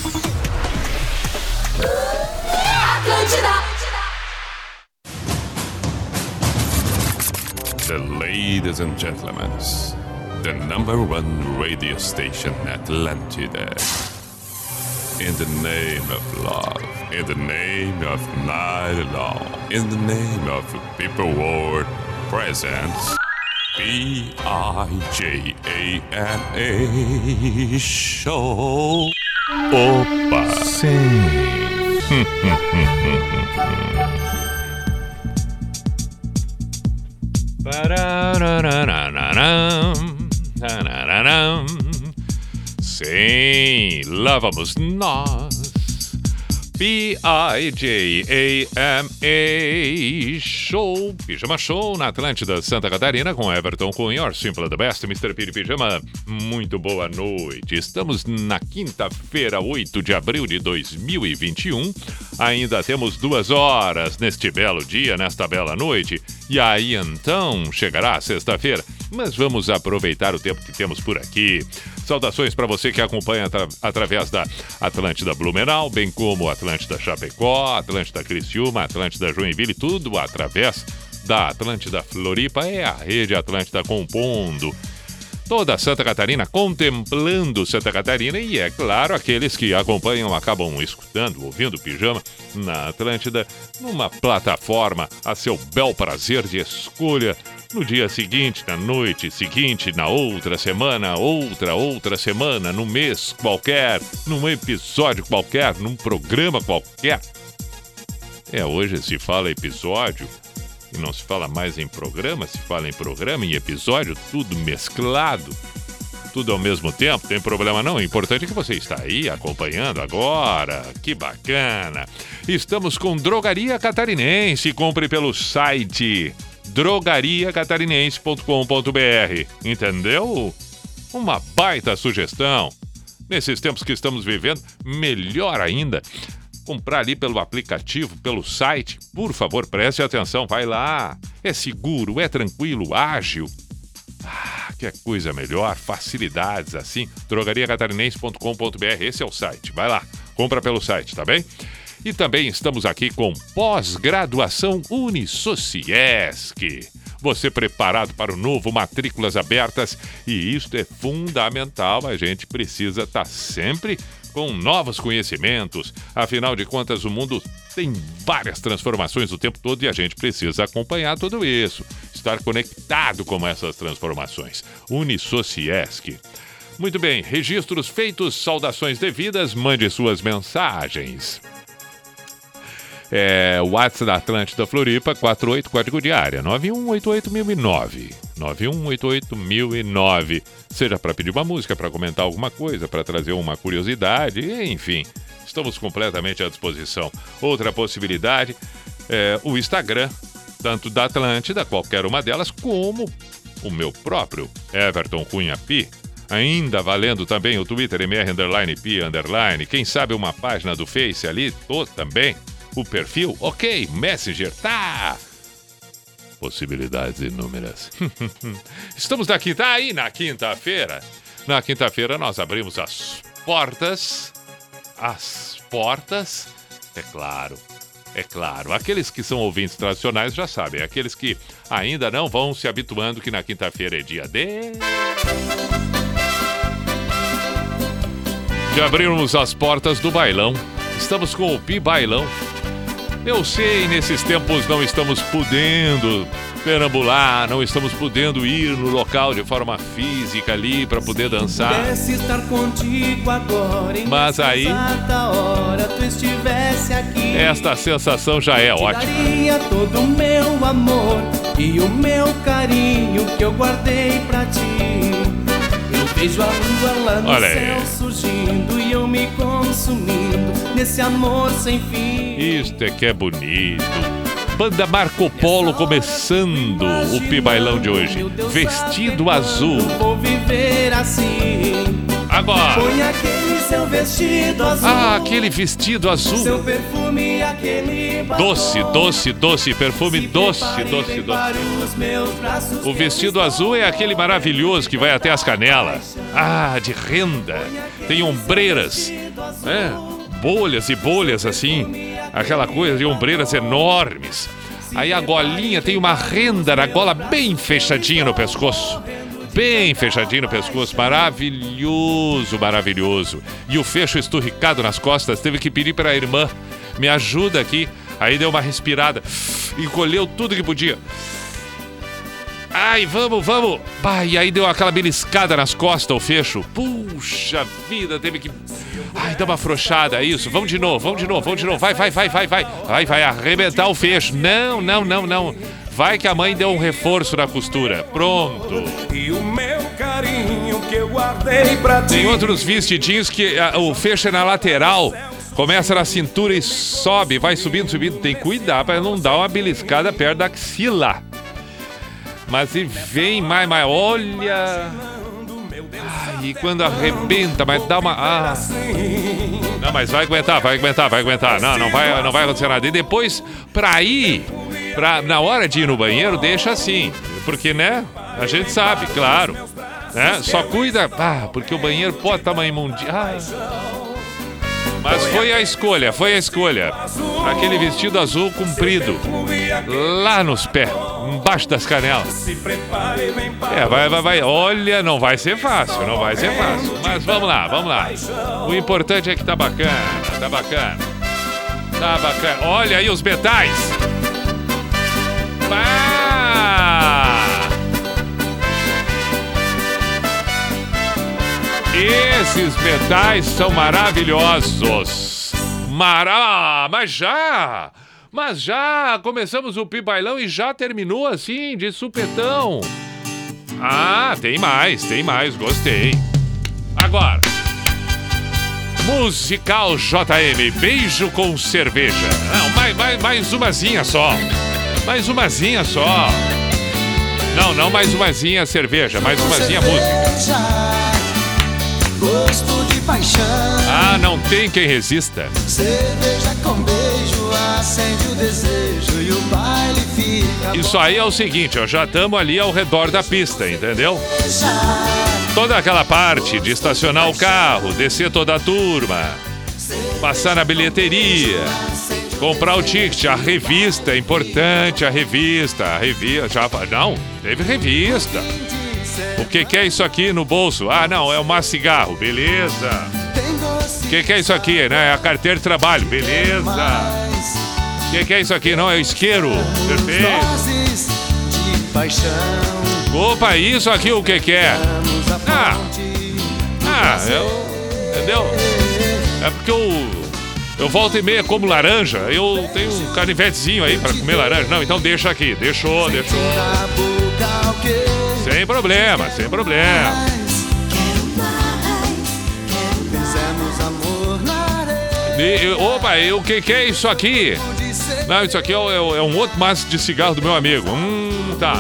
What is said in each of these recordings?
The ladies and gentlemen, the number one radio station Atlântida. In the name of love, in the name of night long, in the name of people world presents P-I-J-A-M-A Show. Opa! Sim. Sim, lá vamos nós. P-I-J-A-M-A Show, Pijama Show na Atlântida Santa Catarina com Everton Cunha, or Simple the Best, Mr. Piri Pijama. Muito boa noite. Estamos na quinta-feira, 8 de abril de 2021. Ainda temos 2 horas neste belo dia, nesta bela noite. E aí então chegará a sexta-feira. Mas vamos aproveitar o tempo que temos por aqui. Saudações para você que acompanha através da Atlântida Blumenau, bem como Atlântida Chapecó, Atlântida Criciúma, Atlântida Joinville, tudo através da Atlântida Floripa. É a rede Atlântida compondo toda Santa Catarina, contemplando Santa Catarina e, é claro, aqueles que acompanham acabam escutando, ouvindo o Pijama na Atlântida, numa plataforma a seu bel prazer de escolha. No dia seguinte, na noite seguinte, na outra semana, outra semana, num mês qualquer, num episódio qualquer, num programa qualquer. Hoje se fala episódio e não se fala mais em programa, se fala em programa, em episódio, tudo mesclado, tudo ao mesmo tempo, tem problema não, o importante é que você está aí acompanhando agora, que bacana. Estamos com Drogaria Catarinense, compre pelo site drogariacatarinense.com.br, entendeu? Uma baita sugestão. Nesses tempos que estamos vivendo, melhor ainda, comprar ali pelo aplicativo, pelo site. Por favor, preste atenção, vai lá. É seguro, é tranquilo, ágil. Que coisa melhor, facilidades assim. drogariacatarinense.com.br, esse é o site, vai lá, compra pelo site, tá bem? E também estamos aqui com pós-graduação Unisociesc. Você preparado para o novo, matrículas abertas, e isso é fundamental, a gente precisa estar sempre com novos conhecimentos. Afinal de contas, o mundo tem várias transformações o tempo todo e a gente precisa acompanhar tudo isso, estar conectado com essas transformações. Unisociesc. Muito bem, registros feitos, saudações devidas, mande suas mensagens. O WhatsApp da Atlântida Floripa, 48, código de área, 9188009. 9188009. Seja para pedir uma música, para comentar alguma coisa, para trazer uma curiosidade, enfim, estamos completamente à disposição. Outra possibilidade é o Instagram, tanto da Atlântida, qualquer uma delas, como o meu próprio, Everton Cunha Pi. Ainda valendo também o Twitter, MR_P_. Quem sabe uma página do Face ali, também. O perfil, ok, Messenger, tá. Possibilidades inúmeras. Estamos na quinta-feira. Na quinta-feira nós abrimos as portas. É claro. Aqueles que são ouvintes tradicionais já sabem. Aqueles que ainda não vão se habituando que na quinta-feira é dia de abrirmos as portas do bailão. Estamos com o Pi Bailão. Eu sei, nesses tempos não estamos podendo perambular, não estamos podendo ir no local de forma física ali para poder dançar. Mas aí, esta sensação já é ótima. Todo o meu amor e o meu carinho que eu guardei pra ti. Eu vejo a lua lá no céu surgindo e eu me consumindo nesse amor sem fim. Isto é que é bonito. Banda Marco Polo começando o Pi Bailão de hoje. Vestido azul. Vou viver assim. Agora. Põe aquele seu vestido azul. Aquele vestido azul. Seu perfume, aquele doce, perfume doce. O vestido azul é aquele maravilhoso que vai até as canelas. De renda. Tem ombreiras bolhas e bolhas assim, aquela coisa de ombreiras enormes. Aí a golinha tem uma renda na gola bem fechadinha no pescoço. Bem fechadinho no pescoço, maravilhoso, maravilhoso. E o fecho esturricado nas costas, teve que pedir para a irmã, me ajuda aqui. Aí deu uma respirada, encolheu tudo que podia. Ai, vamos. E aí deu aquela beliscada nas costas, o fecho. Puxa vida, teve que... Ai, dá uma afrouxada, isso. Vamos de novo. Vai arrebentar o fecho. Não. Vai que a mãe deu um reforço na costura. Pronto. E o meu carinho que eu guardei pra ti. Tem outros vestidinhos que o fecho é na lateral. Começa na cintura e sobe, vai subindo. Tem que cuidar para não dar uma beliscada perto da axila. Mas e vem mais, olha. E quando arrebenta, mas dá uma... Não, mas vai aguentar. Não vai acontecer nada. E depois, na hora de ir no banheiro, deixa assim. Porque, né? A gente sabe, claro. Né? Só cuida... porque o banheiro pode estar uma imundícia. Mas foi a escolha. Aquele vestido azul comprido, lá nos pés, embaixo das canelas. Vai. Olha, não vai ser fácil. Mas vamos lá. O importante é que tá bacana. Olha aí os metais. Esses metais são maravilhosos. Mas já começamos o Pibailão e já terminou assim, de supetão. Tem mais, gostei. Agora, Musical JM, beijo com cerveja. Não, mais umazinha só. Não mais umazinha cerveja, mais umazinha música. Gosto de paixão. Não tem quem resista. Cerveja com beijo acende o desejo e o baile fica. Isso aí é o seguinte, já estamos ali ao redor da pista, entendeu? Toda aquela parte de estacionar o carro, descer toda a turma, passar na bilheteria, comprar o ticket, a revista, é importante, a revista. Não, teve revista. O que é isso aqui no bolso? Não, é um cigarro, beleza. O que é isso aqui? Né? É a carteira de trabalho, beleza. O que é isso aqui? Não, é o isqueiro, perfeito. Opa, isso aqui o que é? Entendeu? É porque eu volto e meia como laranja. Eu tenho um canivetezinho aí pra comer laranja. Não, então deixa aqui, deixou. Sem problema. Opa, o que é isso aqui? Não, isso aqui é um outro maço de cigarro do meu amigo. Tá.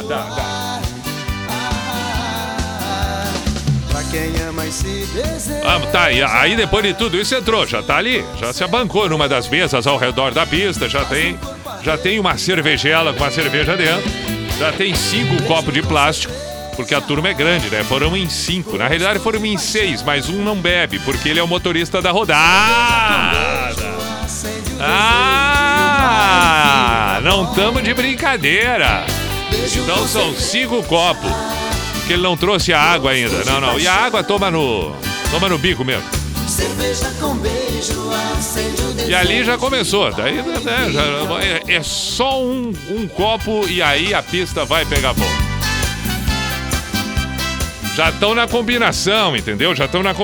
Tá, e aí depois de tudo isso entrou, já tá ali, já se abancou numa das mesas ao redor da pista, já tem uma cervejela com uma cerveja dentro, já tem 5 copos de plástico, porque a turma é grande, né? Foram em 5, na realidade foram em 6, mas um não bebe, porque ele é o motorista da rodada. Não estamos de brincadeira. Então são 5 copos. Porque ele não trouxe a água ainda. Não. E a água toma no bico mesmo. E ali já começou. Daí, né, é só um copo e aí a pista vai pegar fogo. Já estão na combinação, entendeu?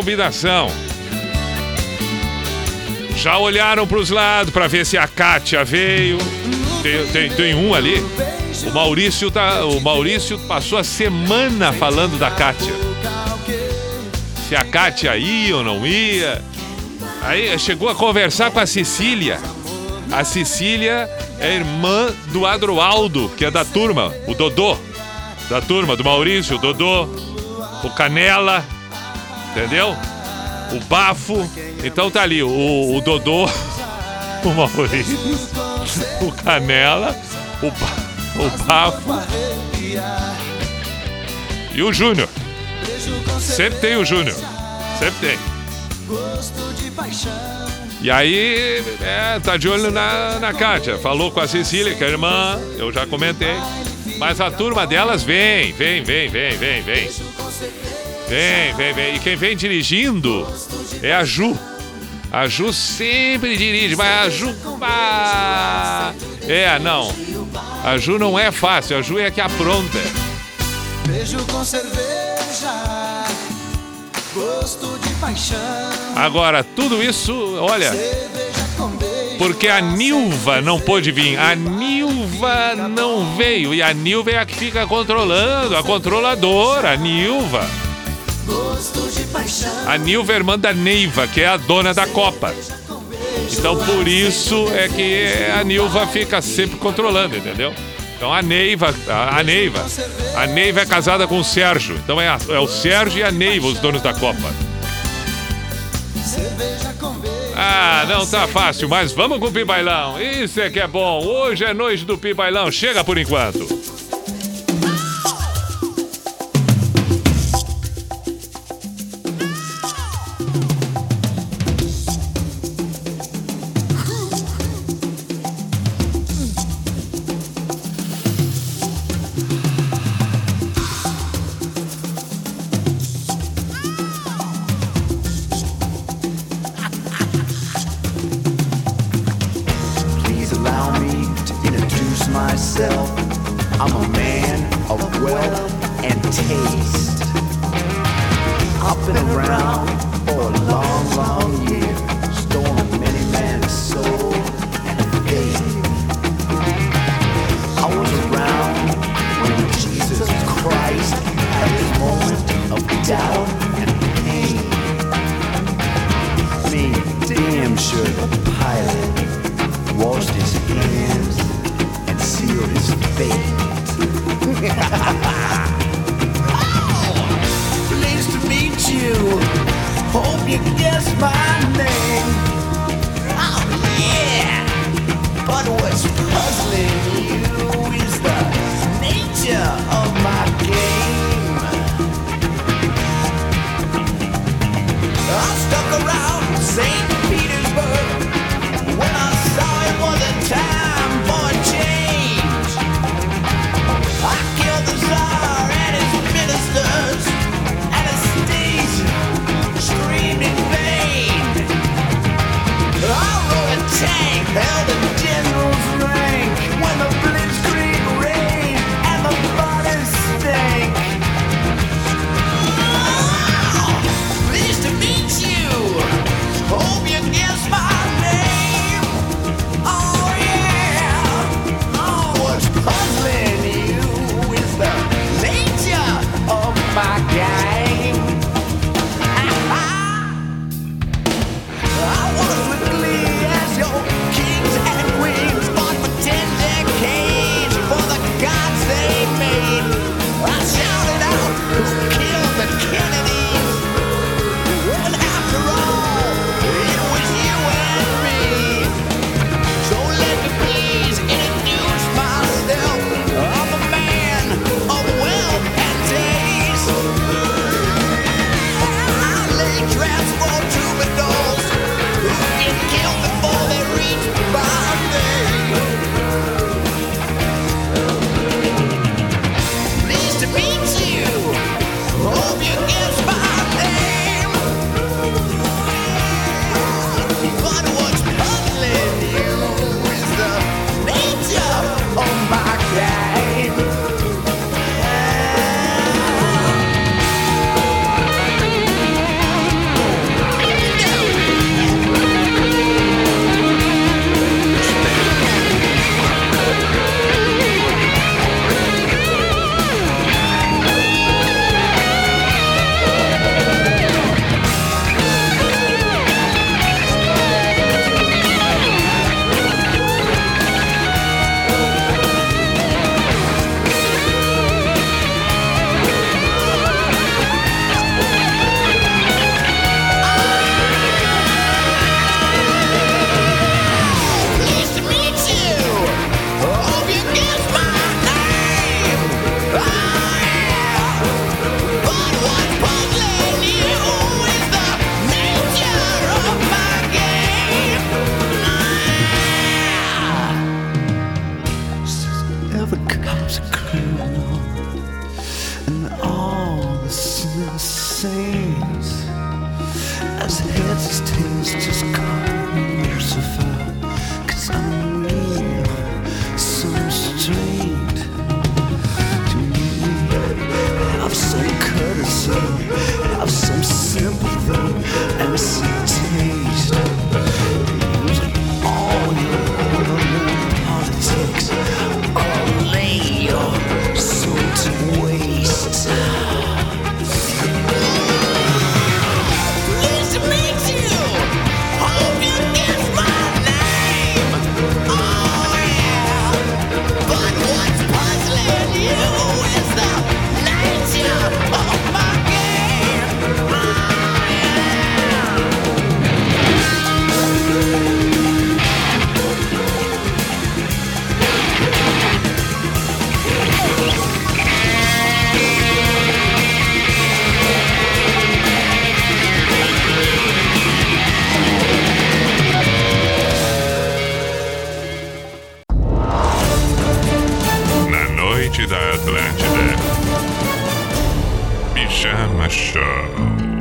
Já olharam pros lados pra ver se a Kátia veio. Tem um ali. O Maurício passou a semana falando da Kátia. Se a Kátia ia ou não ia. Aí chegou a conversar com a Cecília. A Cecília é irmã do Adroaldo, que é da turma, o Dodô. Da turma, do Maurício, o Dodô, o Canela, entendeu? O Bafo. Então tá ali, o Dodô, o Maurício, o Canela, o Bafo e o Júnior. Sempre tem o Júnior. Sempre tem. Gosto de paixão. E aí, tá de olho na Kátia. Falou com a Cecília, que é a irmã, eu já comentei. Mas a turma delas vem. Vem. E quem vem dirigindo é a Ju. A Ju sempre dirige, mas a Ju... não. A Ju não é fácil, a Ju é que apronta. Beijo com cerveja, gosto de paixão. Agora, tudo isso, olha... Porque a Nilva não pôde vir. A Nilva não veio. E a Nilva é a que fica controlando, a controladora, a Nilva. A Nilva é irmã da Neiva, que é a dona da Copa. Então por isso é que a Nilva fica sempre controlando, entendeu? Então a Neiva é casada com o Sérgio. Então é o Sérgio e a Neiva, os donos da Copa. Não tá fácil, mas vamos com o Pibailão. Isso é que é bom. Hoje é noite do Pibailão. Chega por enquanto. I'm a man of wealth and taste. I've been around for a long, long year, stolen many men's soul and faith. I was around when Jesus Christ had his moment of doubt and pain. Me, damn sure the pilot washed his hands and sealed his fate. Pleased to meet you. Hope you guess my name. Oh yeah. But what's puzzling you is the nature of my game. I stuck around St. Petersburg when I saw it was a time for a change. I killed the Tsar and his ministers. Anastasia screamed in vain. I rode a tank, held a general's rank when the blitzkrieg rained and the bodies stank. Oh, pleased to meet you. Hope you guess my name. Oh yeah. Oh, what's puzzling you is the nature of my game. I was quickly as your king's just come Lucifer, 'cause I'm mean, so strange to me. Have some courtesy, have some sympathy, and some taste. Use all your politics, or lay your soul to waste. Da Atlântida. Pijama Show.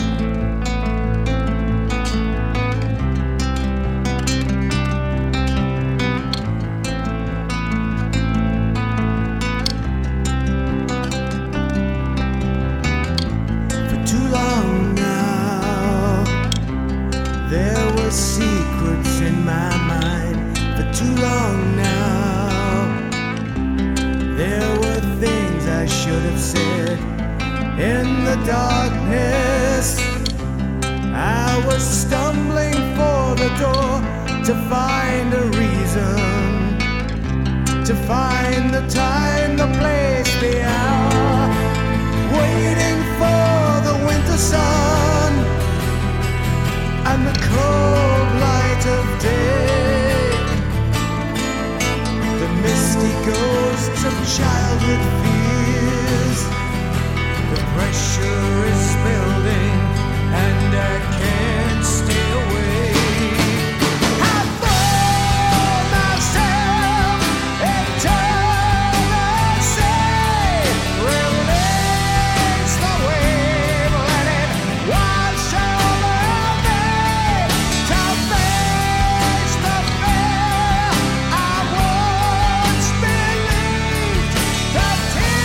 For too long now, there were secrets in my mind. For too long now, there were things I should have said. In the darkness, I was stumbling for the door to find a reason, to find the time, the place, the hour, waiting for the winter sun and the cold light of day. The misty ghosts of childhood fears. The pressure is building and I can't stay away. I throw myself into the sea. Release the wave, let it wash over me. To face the fear I once believed. The tears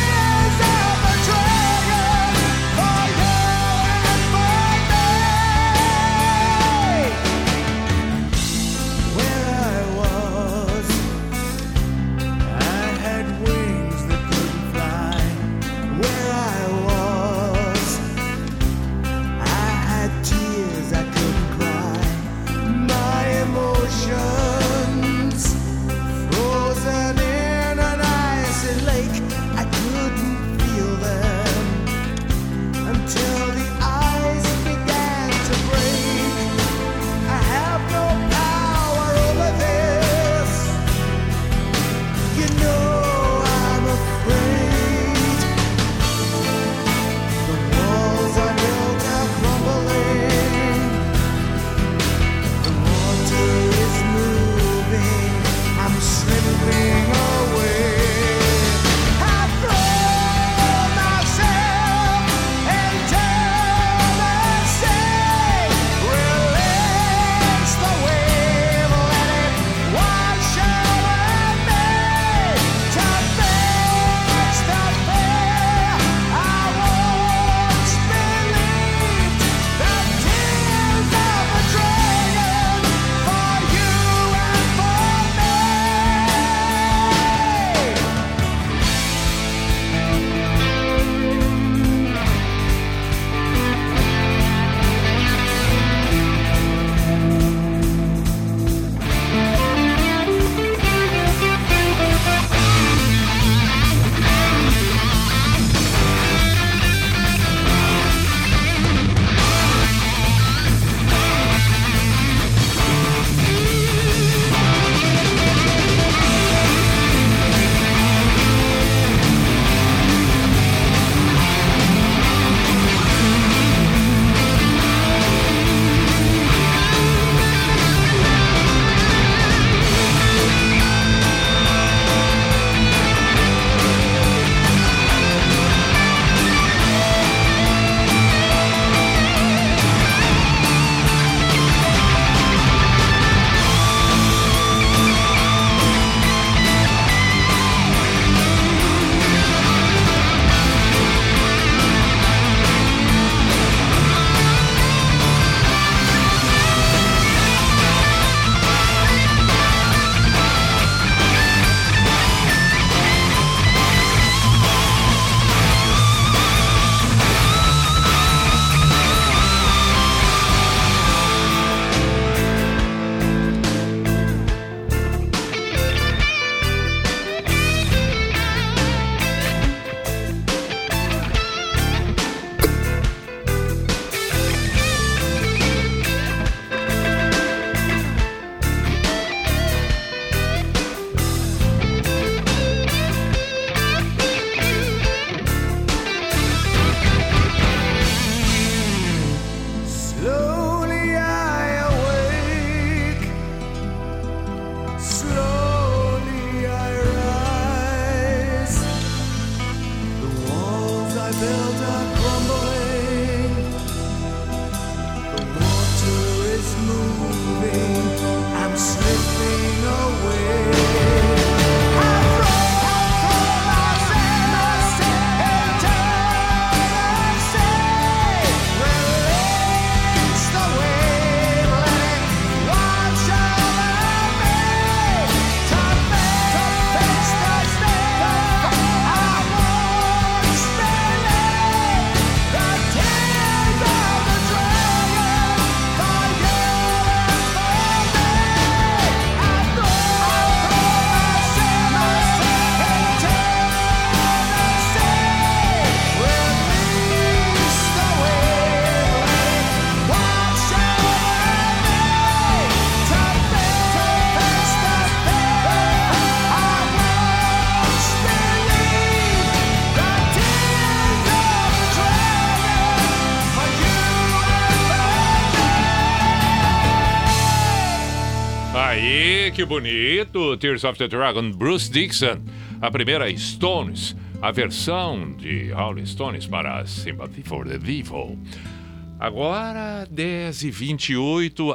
Aí, que bonito! Tears of the Dragon, Bruce Dickinson. A primeira Stones, a versão de Rolling Stones para Sympathy for the Devil. Agora, 10h28.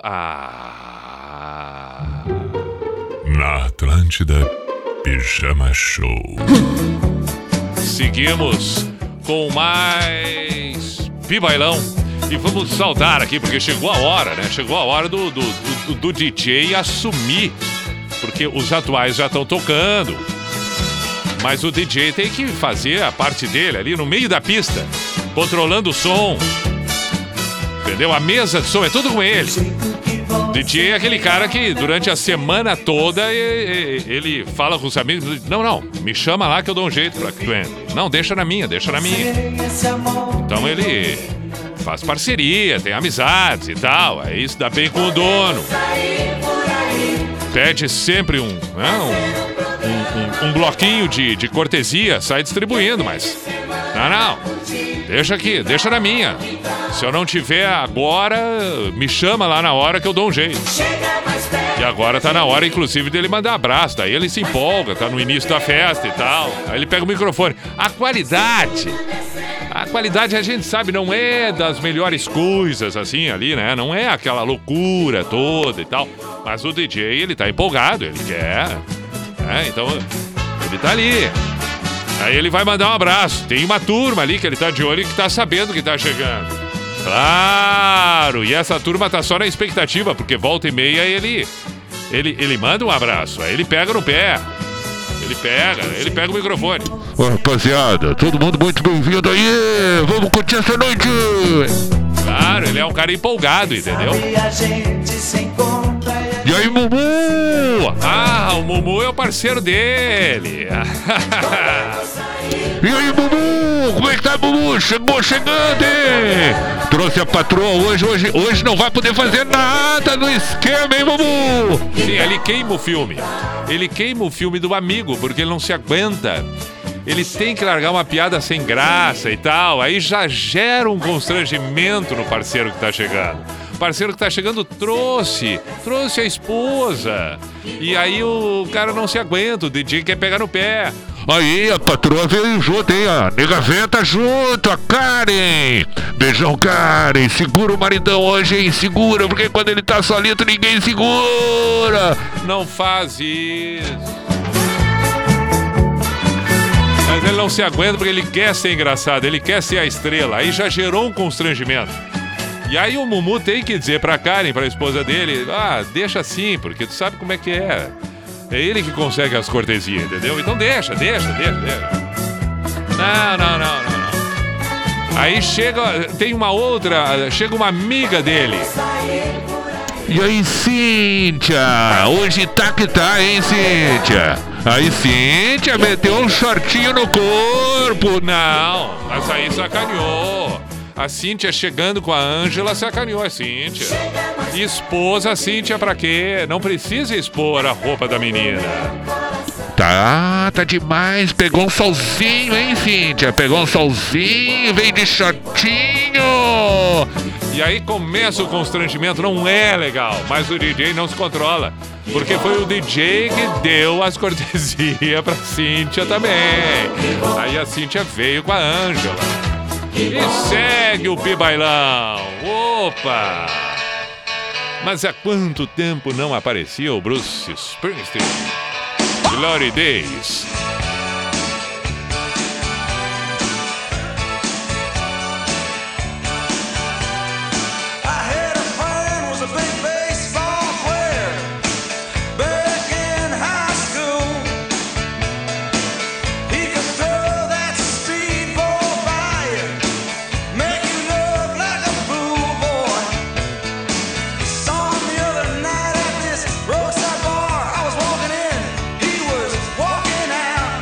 Na Atlântida, Pijama Show. Seguimos com mais Pibailão. E vamos saudar aqui, porque chegou a hora, né? Chegou a hora do DJ assumir. Porque os atuais já estão tocando. Mas o DJ tem que fazer a parte dele ali no meio da pista, controlando o som. Entendeu? A mesa de som é tudo com ele. DJ é aquele cara que durante a semana toda ele fala com os amigos. Não, me chama lá que eu dou um jeito pra que tu entre. Não, deixa na minha. Então ele faz parceria, tem amizades e tal. Aí isso dá bem com o dono. Pede sempre um bloquinho de cortesia, sai distribuindo, mas... Não. Deixa aqui, deixa na minha. Se eu não tiver agora, me chama lá na hora que eu dou um jeito. E agora tá na hora, inclusive, dele mandar abraço. Daí ele se empolga, tá no início da festa e tal. Aí ele pega o microfone. A qualidade a gente sabe, não é das melhores coisas, assim, ali, né? Não é aquela loucura toda e tal. Mas o DJ, ele tá empolgado, ele quer... então, ele tá ali. Aí ele vai mandar um abraço. Tem uma turma ali que ele tá de olho e que tá sabendo que tá chegando. Claro! E essa turma tá só na expectativa, porque volta e meia ele manda um abraço. Aí ele pega no pé. Ele pega o microfone. Ô, rapaziada, todo mundo muito bem-vindo aí. Vamos curtir essa noite. Claro, ele é um cara empolgado, entendeu? E aí, Mumu? O Mumu é o parceiro dele. E aí, Mumu? Como é que tá, Mumu? Chegando, hein? Trouxe a patroa hoje não vai poder fazer nada no esquema, hein, Mumu? Sim, ele queima o filme. Ele queima o filme do amigo, porque ele não se aguenta. Ele tem que largar uma piada sem graça e tal. Aí já gera um constrangimento no parceiro que tá chegando. O parceiro que tá chegando trouxe a esposa. E aí o cara não se aguenta, o DJ quer pegar no pé. Aí, a patroa veio junto, hein? A nega véia tá junto, a Karen. Beijão, Karen. Segura o maridão hoje, hein? Segura, porque quando ele tá solito, ninguém segura. Não faz isso. Mas ele não se aguenta porque ele quer ser engraçado, ele quer ser a estrela. Aí já gerou um constrangimento. E aí o Mumu tem que dizer pra Karen, pra esposa dele, deixa assim, porque tu sabe como é que é. É ele que consegue as cortesias, entendeu? Então deixa. Não. Aí chega uma amiga dele. E aí, Cíntia? Hoje tá que tá, hein, Cíntia? Aí, Cíntia meteu um shortinho no corpo. Não, mas aí sacaneou. A Cíntia chegando com a Ângela sacaneou a Cíntia. Expôs a Cíntia pra quê? Não precisa expor a roupa da menina. Tá demais. Pegou um solzinho, hein, Cíntia? Pegou um solzinho, veio de shortinho. E aí começa o constrangimento, não é legal. Mas o DJ não se controla. Porque foi o DJ que deu as cortesias pra Cíntia também. Aí a Cíntia veio com a Ângela. E segue o Pibailão. Opa! Mas há quanto tempo não aparecia o Bruce Springsteen? Glory Days. Roadside bar, I was walking in, he was walking out.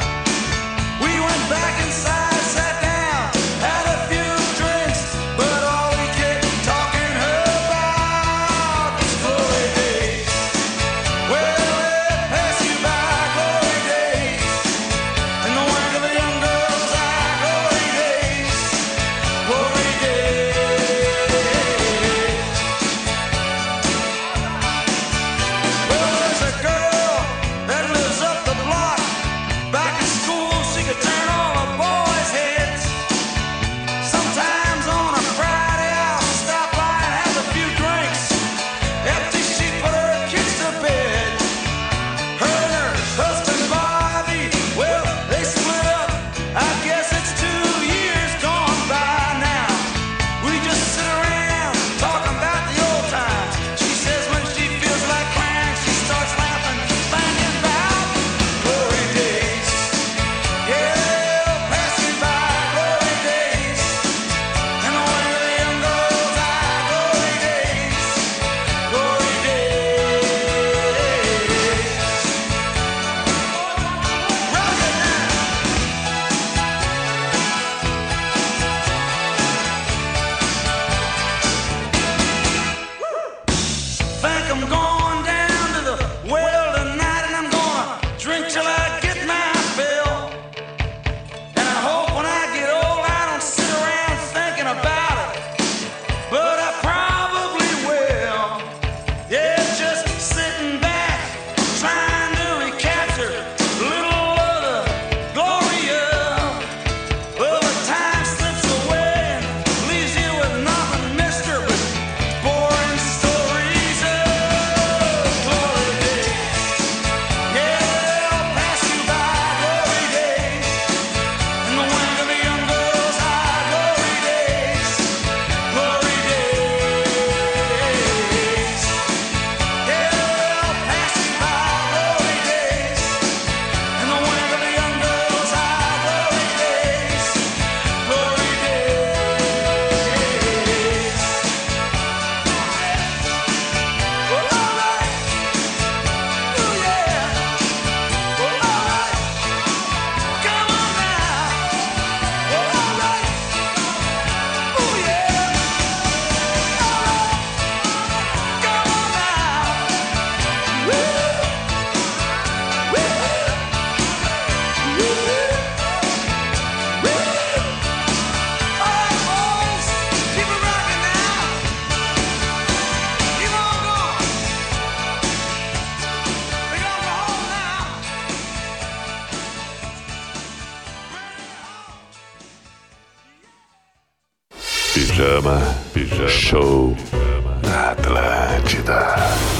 Pijama Show na Atlântida.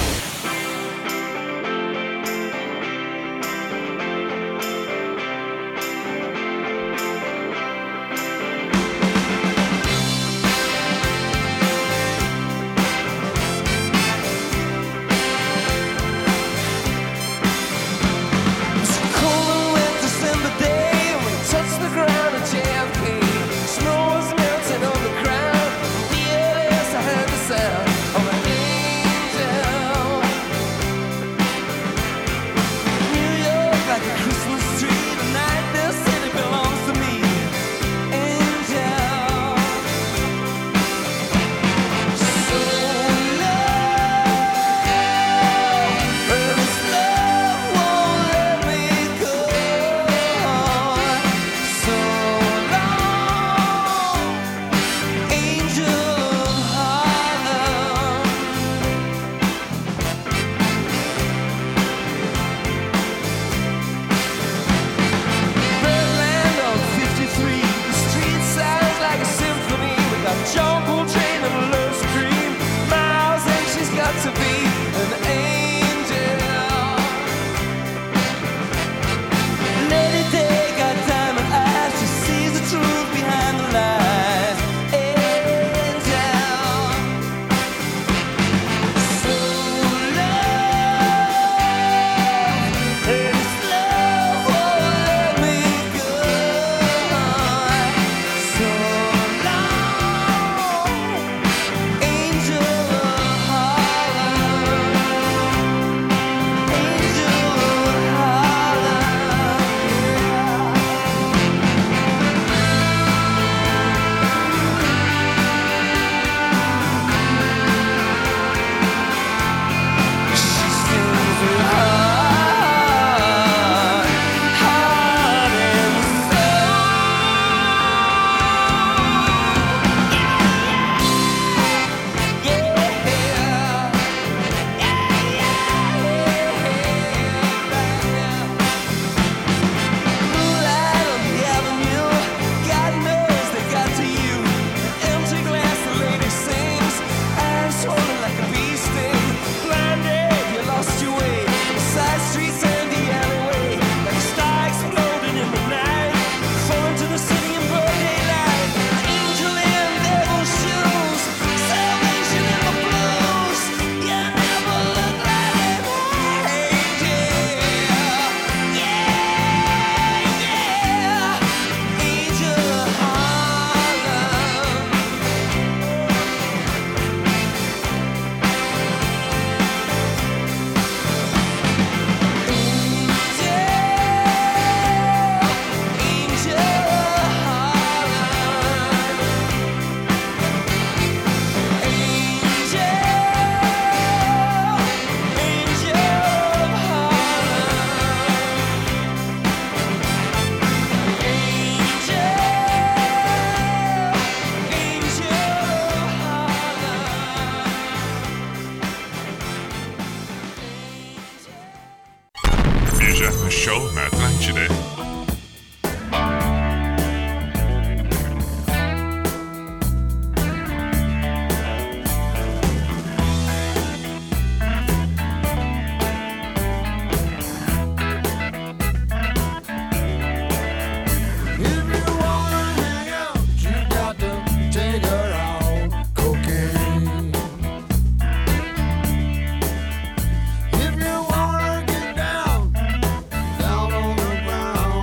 Show na Atlântida. If you wanna get down, down on the ground.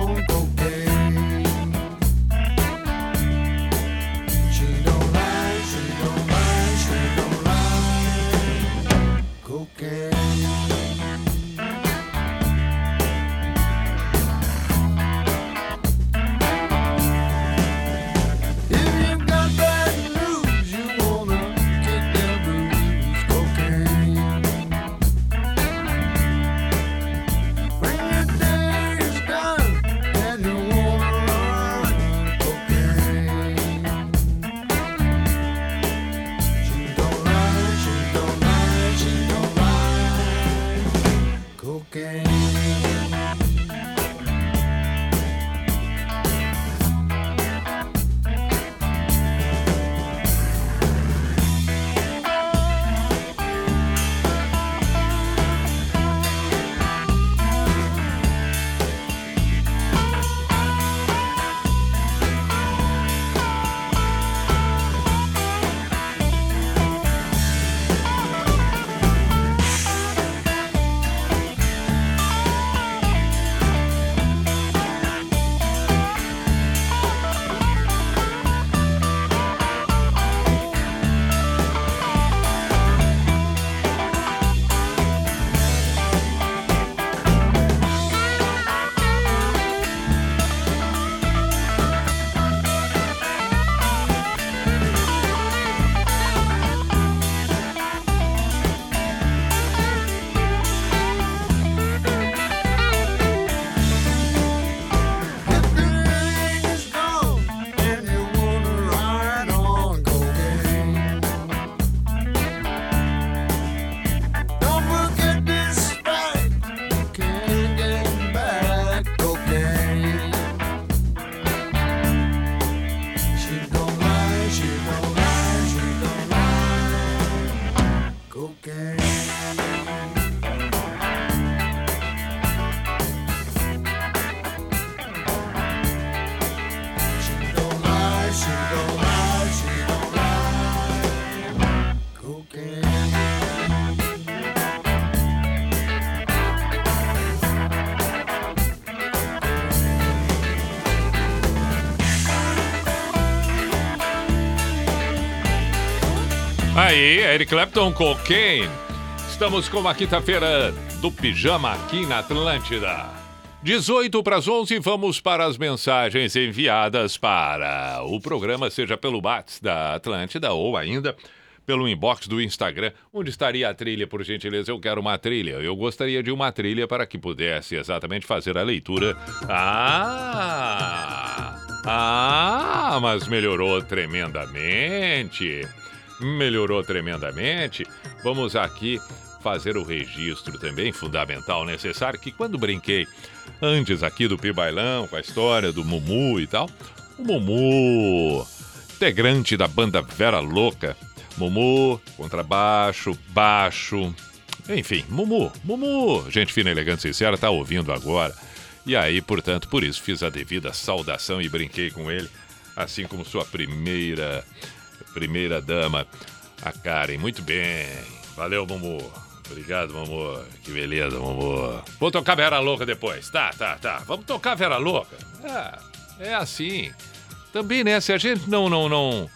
Aí, Eric Clapton, Cocaine. Estamos com uma quinta-feira do Pijama aqui na Atlântida. 18 para as 11, vamos para as mensagens enviadas para o programa, seja pelo Whats da Atlântida ou ainda pelo inbox do Instagram. Onde estaria a trilha, por gentileza? Eu quero uma trilha. Eu gostaria de uma trilha para que pudesse exatamente fazer a leitura. Mas melhorou tremendamente. Vamos aqui fazer o registro também, fundamental, necessário, que quando brinquei antes aqui do Pibailão, com a história do Mumu e tal, o Mumu, integrante da banda Vera Louca, Mumu, contrabaixo, baixo, enfim, Mumu, gente fina, elegante, sincera, tá ouvindo agora. E aí, portanto, por isso fiz a devida saudação e brinquei com ele, assim como sua primeira dama, a Karen. Muito bem, valeu, Mumu. Obrigado, Mumu. Que beleza, Mumu. Vou tocar Vera Louca depois. Tá. Vamos tocar Vera Louca. É assim. Também, né? Se a gente não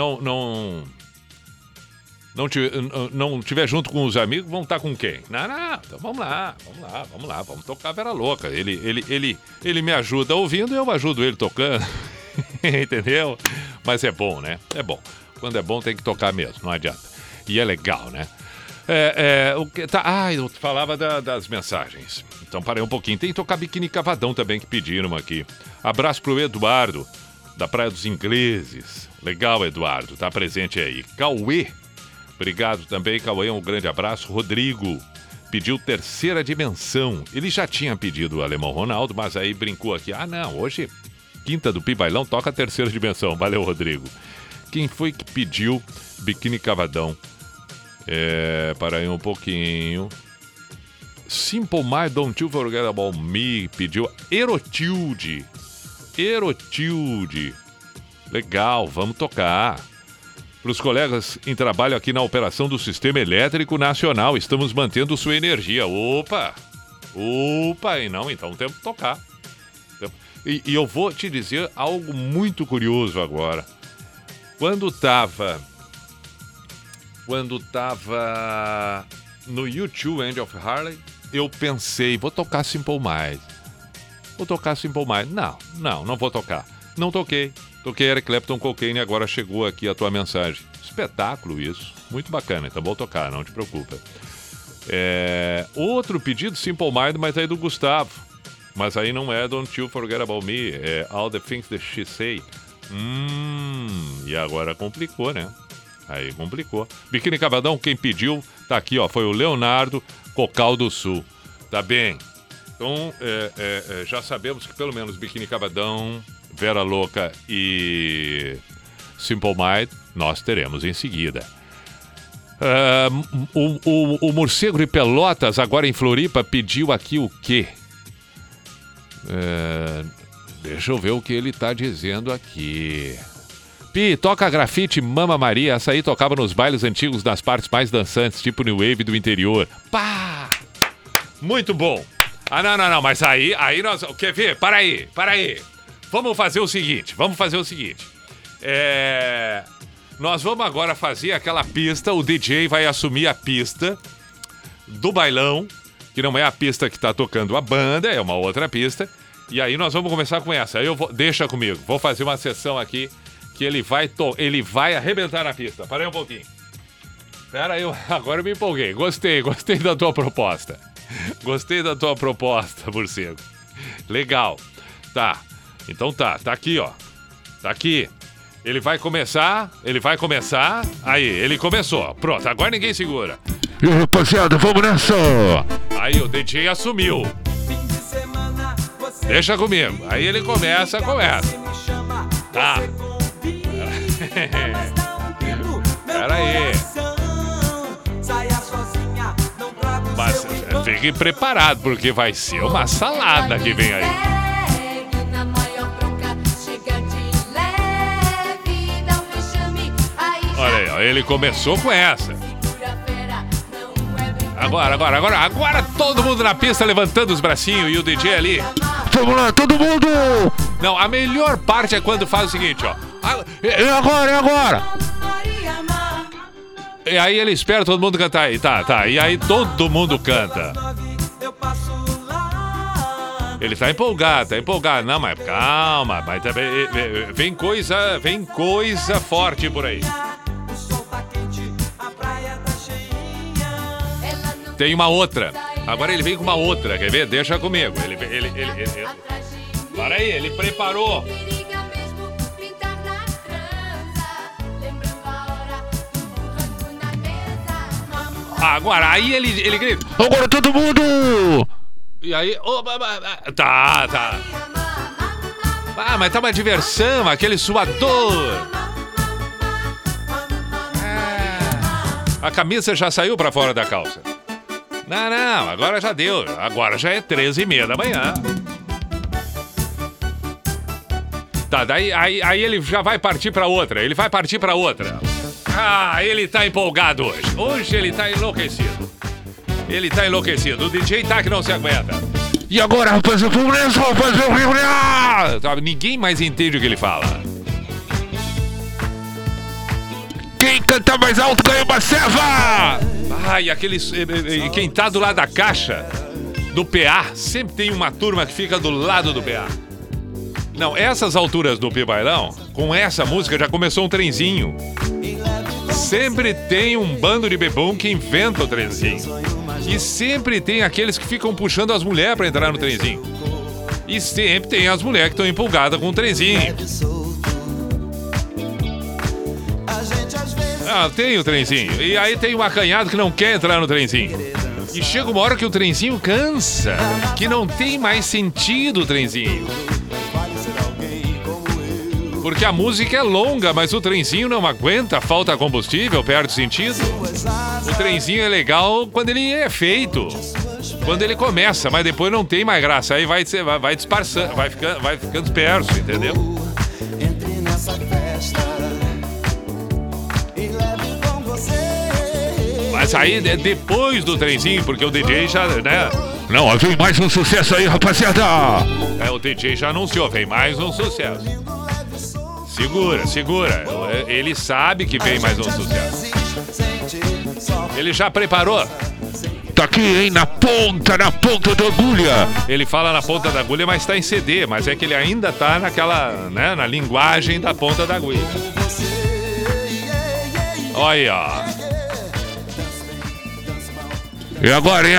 tiver junto com os amigos, vamos estar com quem? Não. Então vamos lá. Vamos tocar Vera Louca. Ele me ajuda ouvindo e eu ajudo ele tocando. Entendeu? Mas é bom, né? É bom. Quando é bom tem que tocar mesmo, não adianta. E é legal, né? Eu falava das mensagens. Então parei um pouquinho. Tem que tocar Biquíni Cavadão também, que pediram aqui. Abraço pro Eduardo, da Praia dos Ingleses. Legal, Eduardo, tá presente aí. Cauê, obrigado também, Cauê, um grande abraço. Rodrigo pediu Terceira Dimensão. Ele já tinha pedido o Alemão Ronaldo, mas aí brincou aqui. Hoje, quinta do Pibailão, toca a Terceira Dimensão. Valeu, Rodrigo. Quem foi que pediu Biquíni Cavadão? Para aí um pouquinho. Simple Mind, Don't You Forget About Me, pediu Erotilde. Legal, vamos tocar. Para os colegas em trabalho aqui na operação do Sistema Elétrico Nacional, estamos mantendo sua energia. Opa, e não, então temos que tocar. E eu vou te dizer algo muito curioso agora. Quando tava no YouTube End of Harley, eu pensei, vou tocar Simple Mind. Não vou tocar. Não toquei. Toquei Eric Clapton, Cocaine, e agora chegou aqui a tua mensagem. Espetáculo isso. Muito bacana, então vou tocar, não te preocupa. Outro pedido, Simple Mind, mas aí do Gustavo. Mas aí não é Don't You Forget About Me, é All the Things That She Say. E agora complicou, né? Aí complicou. Biquíni Cavadão, quem pediu, tá aqui, ó. Foi o Leonardo Cocal do Sul. Tá bem. Então, já sabemos que pelo menos Biquíni Cavadão, Vera Louca e Simple Mind nós teremos em seguida. O Morcego de Pelotas, agora em Floripa, pediu aqui o quê? Deixa eu ver o que ele tá dizendo aqui. Pi, toca Grafite Mama Maria. Essa aí tocava nos bailes antigos das partes mais dançantes, tipo New Wave do interior. Pá! Muito bom. Não, mas aí nós... Quer ver? Para aí. Vamos fazer o seguinte. Nós vamos agora fazer aquela pista, o DJ vai assumir a pista do bailão, que não é a pista que tá tocando a banda, é uma outra pista. E aí nós vamos começar com essa. Deixa comigo, vou fazer uma sessão aqui que ele vai arrebentar na pista. Parei um pouquinho. Agora eu me empolguei. Gostei da tua proposta. Morcego. Legal. Tá. Então tá aqui, ó. Tá aqui. Ele vai começar. Aí, ele começou. Pronto, agora ninguém segura. E aí, rapaziada, vamos nessa. Aí o DJ assumiu. Deixa comigo. Aí ele começa. Tá. Pera aí. Mas fique preparado, porque vai ser uma salada que vem aí. Olha aí, ó, ele começou com essa. Agora todo mundo na pista levantando os bracinhos e o DJ ali. Vamos lá, todo mundo! Não, a melhor parte é quando faz o seguinte, ó. É agora! E aí ele espera todo mundo cantar aí. Tá. E aí todo mundo canta. Ele tá empolgado. Não, mas calma. Mas vem coisa forte por aí. Tem uma outra. Agora ele vem com uma outra. Quer ver? Deixa comigo. Para aí, ele preparou. Agora, aí ele grita. Agora todo mundo! E aí... Tá. Mas tá uma diversão, aquele suador. A camisa já saiu pra fora da calça. Não, agora já deu. Agora já é 13h30 da manhã. Tá, daí aí ele já vai partir pra outra. Ele tá empolgado hoje. Hoje ele tá enlouquecido. O DJ tá que não se aguenta. E agora, rapaz, eu vou fazer o Fluminense! Ninguém mais entende o que ele fala. Quem canta mais alto ganha uma ceva! E quem tá do lado da caixa, do PA, sempre tem uma turma que fica do lado do PA. Não, essas alturas do P-Bailão, com essa música já começou um trenzinho. Sempre tem um bando de bebum que inventa o trenzinho. E sempre tem aqueles que ficam puxando as mulheres pra entrar no trenzinho. E sempre tem as mulheres que estão empolgadas com o trenzinho. Tem o trenzinho. E aí tem um acanhado que não quer entrar no trenzinho. E chega uma hora que o trenzinho cansa, que não tem mais sentido o trenzinho. Porque a música é longa, mas o trenzinho não aguenta, falta combustível, perde sentido. O trenzinho é legal quando ele é feito, quando ele começa, mas depois não tem mais graça. Aí vai disfarçando, vai ficando disperso, entendeu? Mas aí é depois do trenzinho, porque o DJ já, né? Não, vem mais um sucesso aí, rapaziada! O DJ já anunciou, vem mais um sucesso. Segura. Ele sabe que vem mais um sucesso. Ele já preparou. Tá aqui, hein? Na ponta da agulha. Ele fala na ponta da agulha, mas tá em CD. Mas é que ele ainda tá naquela, né? Na linguagem da ponta da agulha. Olha, ó. E agora?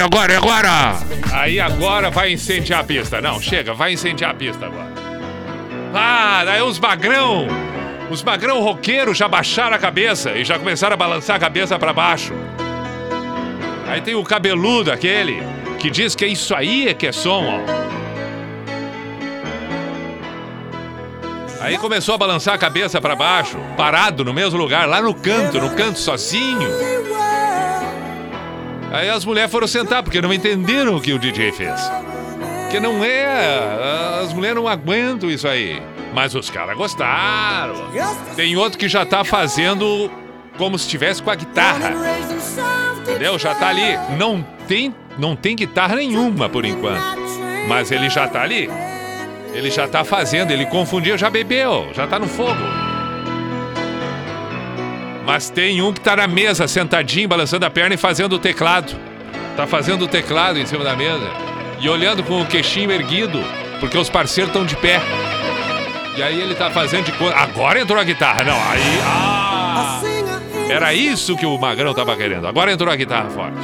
Aí agora vai incendiar a pista. Não, chega, vai incendiar a pista agora. Daí os magrão roqueiros já baixaram a cabeça e já começaram a balançar a cabeça pra baixo. Aí tem o cabeludo aquele que diz que isso aí é que é som, ó. Aí começou a balançar a cabeça pra baixo, parado no mesmo lugar, lá no canto sozinho. Aí as mulheres foram sentar porque não entenderam o que o DJ fez. Porque não é... As mulheres não aguentam isso aí. Mas os caras gostaram. Tem outro que já tá fazendo como se estivesse com a guitarra. Entendeu? Já tá ali. Não tem guitarra nenhuma por enquanto. Mas ele já tá ali. Ele já tá fazendo. Ele confundiu, já bebeu. Já tá no fogo. Mas tem um que tá na mesa, sentadinho, balançando a perna e fazendo o teclado. Tá fazendo o teclado em cima da mesa. E olhando com o queixinho erguido, porque os parceiros estão de pé. E aí ele tá fazendo de coisa. Agora entrou a guitarra. Não, aí... Era isso que o Magrão tava querendo. Agora entrou a guitarra forte.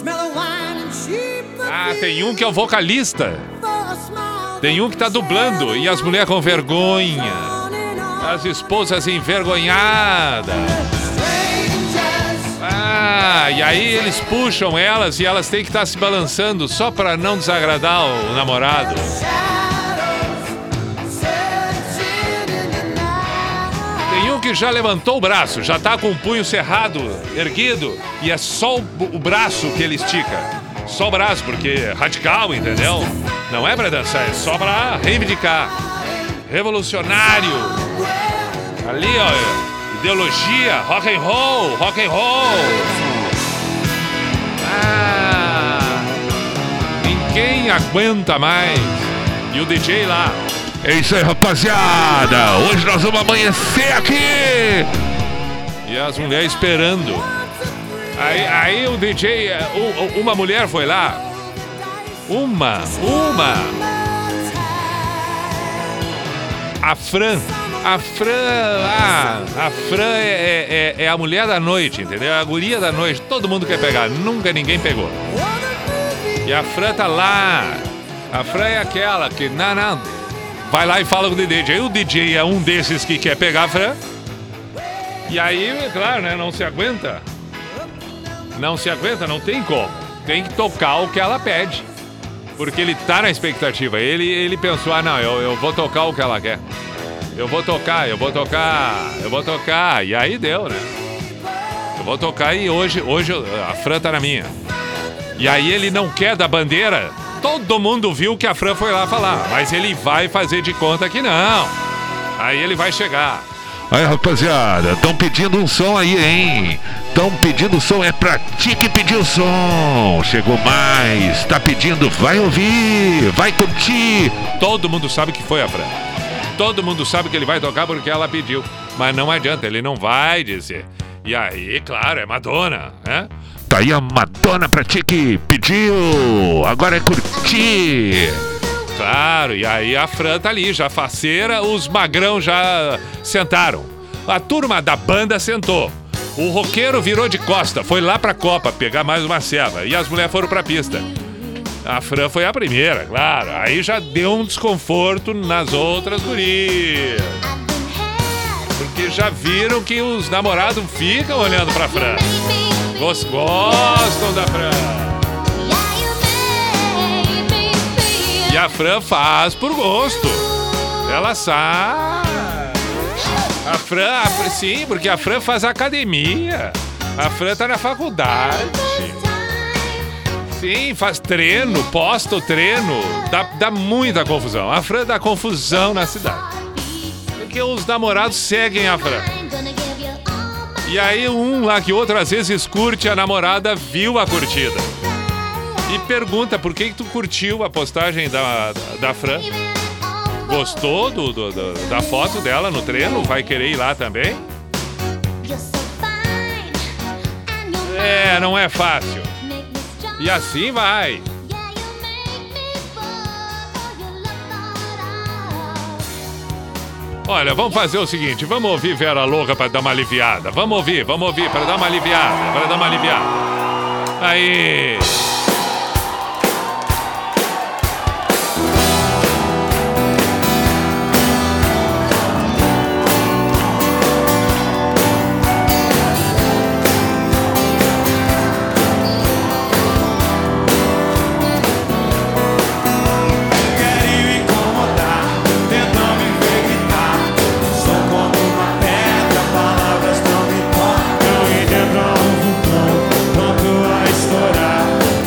Tem um que é o vocalista. Tem um que tá dublando. E as mulheres com vergonha. As esposas envergonhadas. E aí eles puxam elas e elas têm que estar se balançando só para não desagradar o namorado. Tem um que já levantou o braço, já tá com o punho cerrado, erguido, e é só o braço que ele estica. Só o braço, porque é radical, entendeu? Não é pra dançar, é só pra reivindicar. Revolucionário. Ali, ó. Ideologia, rock and roll. Ninguém aguenta mais. E o DJ lá. É isso aí, rapaziada. Hoje nós vamos amanhecer aqui. E as mulheres esperando. Aí o DJ, uma mulher foi lá. Uma. A Fran é a mulher da noite, entendeu? A guria da noite, todo mundo quer pegar, nunca ninguém pegou. E a Fran tá lá. A Fran é aquela que, não, vai lá e fala com o DJ. Aí o DJ é um desses que quer pegar a Fran. E aí, é claro, né, não se aguenta, não tem como. Tem que tocar o que ela pede. Porque ele tá na expectativa. Ele pensou, não, eu vou tocar o que ela quer. Eu vou tocar. E aí deu, né? Eu vou tocar e hoje a Fran tá na minha. E aí ele não quer da bandeira. Todo mundo viu que a Fran foi lá falar. Mas ele vai fazer de conta que não. Aí ele vai chegar. Aí, rapaziada, estão pedindo um som aí, hein? Estão pedindo som, é pra ti que pediu o som. Chegou mais, tá pedindo, vai ouvir, vai curtir. Todo mundo sabe que foi a Fran. Todo mundo sabe que ele vai tocar porque ela pediu. Mas não adianta, ele não vai dizer. E aí, claro, é Madonna, né? Tá aí a Madonna pra ti que pediu. Agora é curtir. Claro, e aí a Fran tá ali, já faceira, os magrão já sentaram. A turma da banda sentou. O roqueiro virou de costa, foi lá pra Copa pegar mais uma ceva. E as mulheres foram pra pista. A Fran foi a primeira, claro. Aí já deu um desconforto nas outras gurias. Porque já viram que os namorados ficam olhando pra Fran. Gostam da Fran. E a Fran faz por gosto. Ela sabe. A Fran, sim, porque a Fran faz academia. A Fran tá na faculdade. Sim, faz treino, posta o treino. Dá muita confusão. A Fran dá confusão na cidade. Porque os namorados seguem a Fran. E aí um lá que outro às vezes curte, a namorada viu a curtida. E pergunta por que tu curtiu a postagem da Fran? Gostou da foto dela no treino? Vai querer ir lá também? É, não é fácil. E assim vai. Olha, vamos fazer o seguinte, vamos ouvir Vera Louca pra dar uma aliviada. Vamos ouvir pra dar uma aliviada, Aí. Pronto a estourar.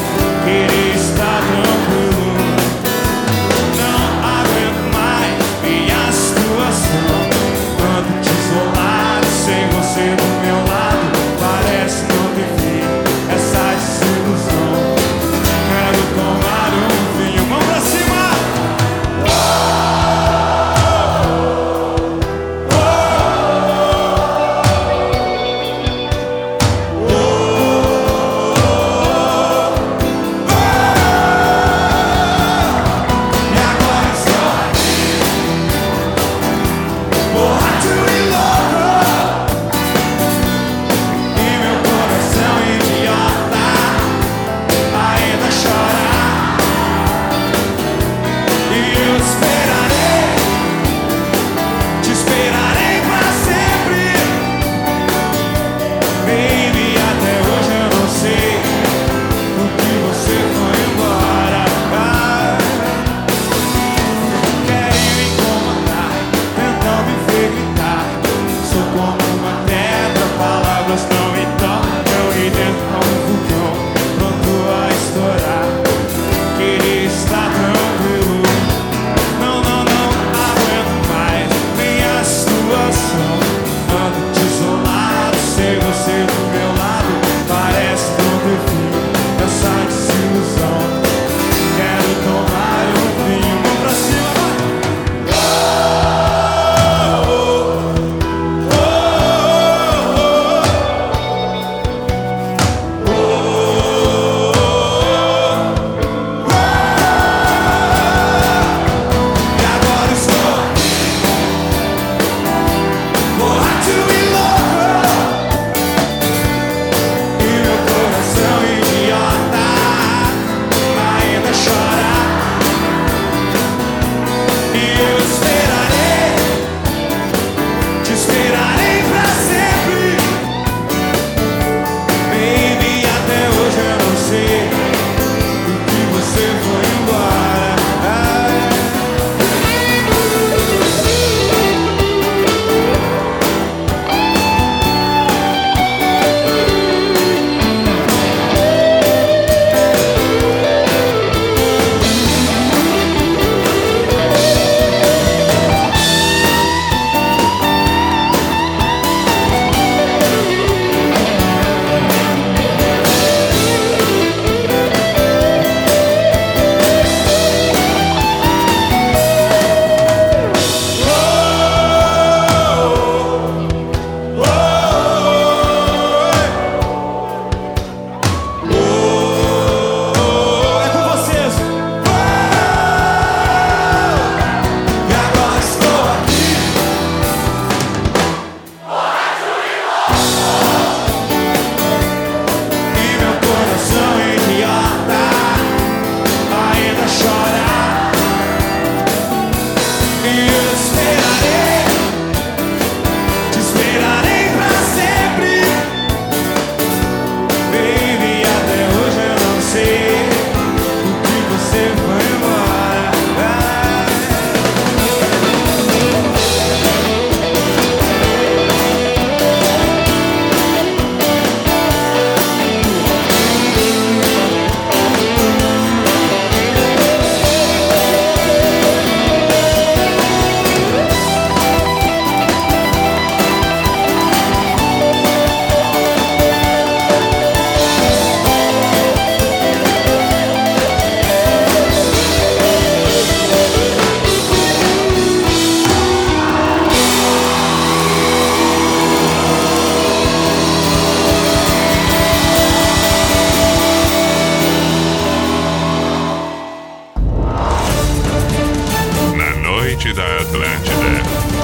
Atlântida.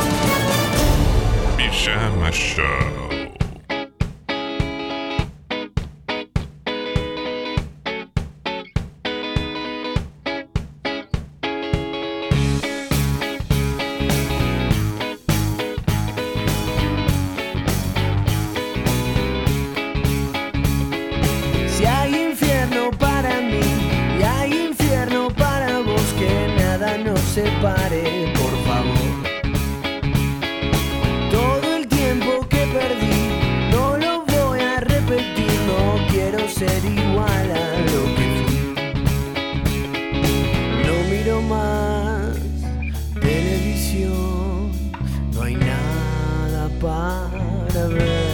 Pijama Show. Si hay infierno para mí y hay infierno para vos, que nada nos separe, por favor. Todo el tiempo que perdí no lo voy a repetir, no quiero ser igual a lo que fui. No miro más televisión, no hay nada para ver.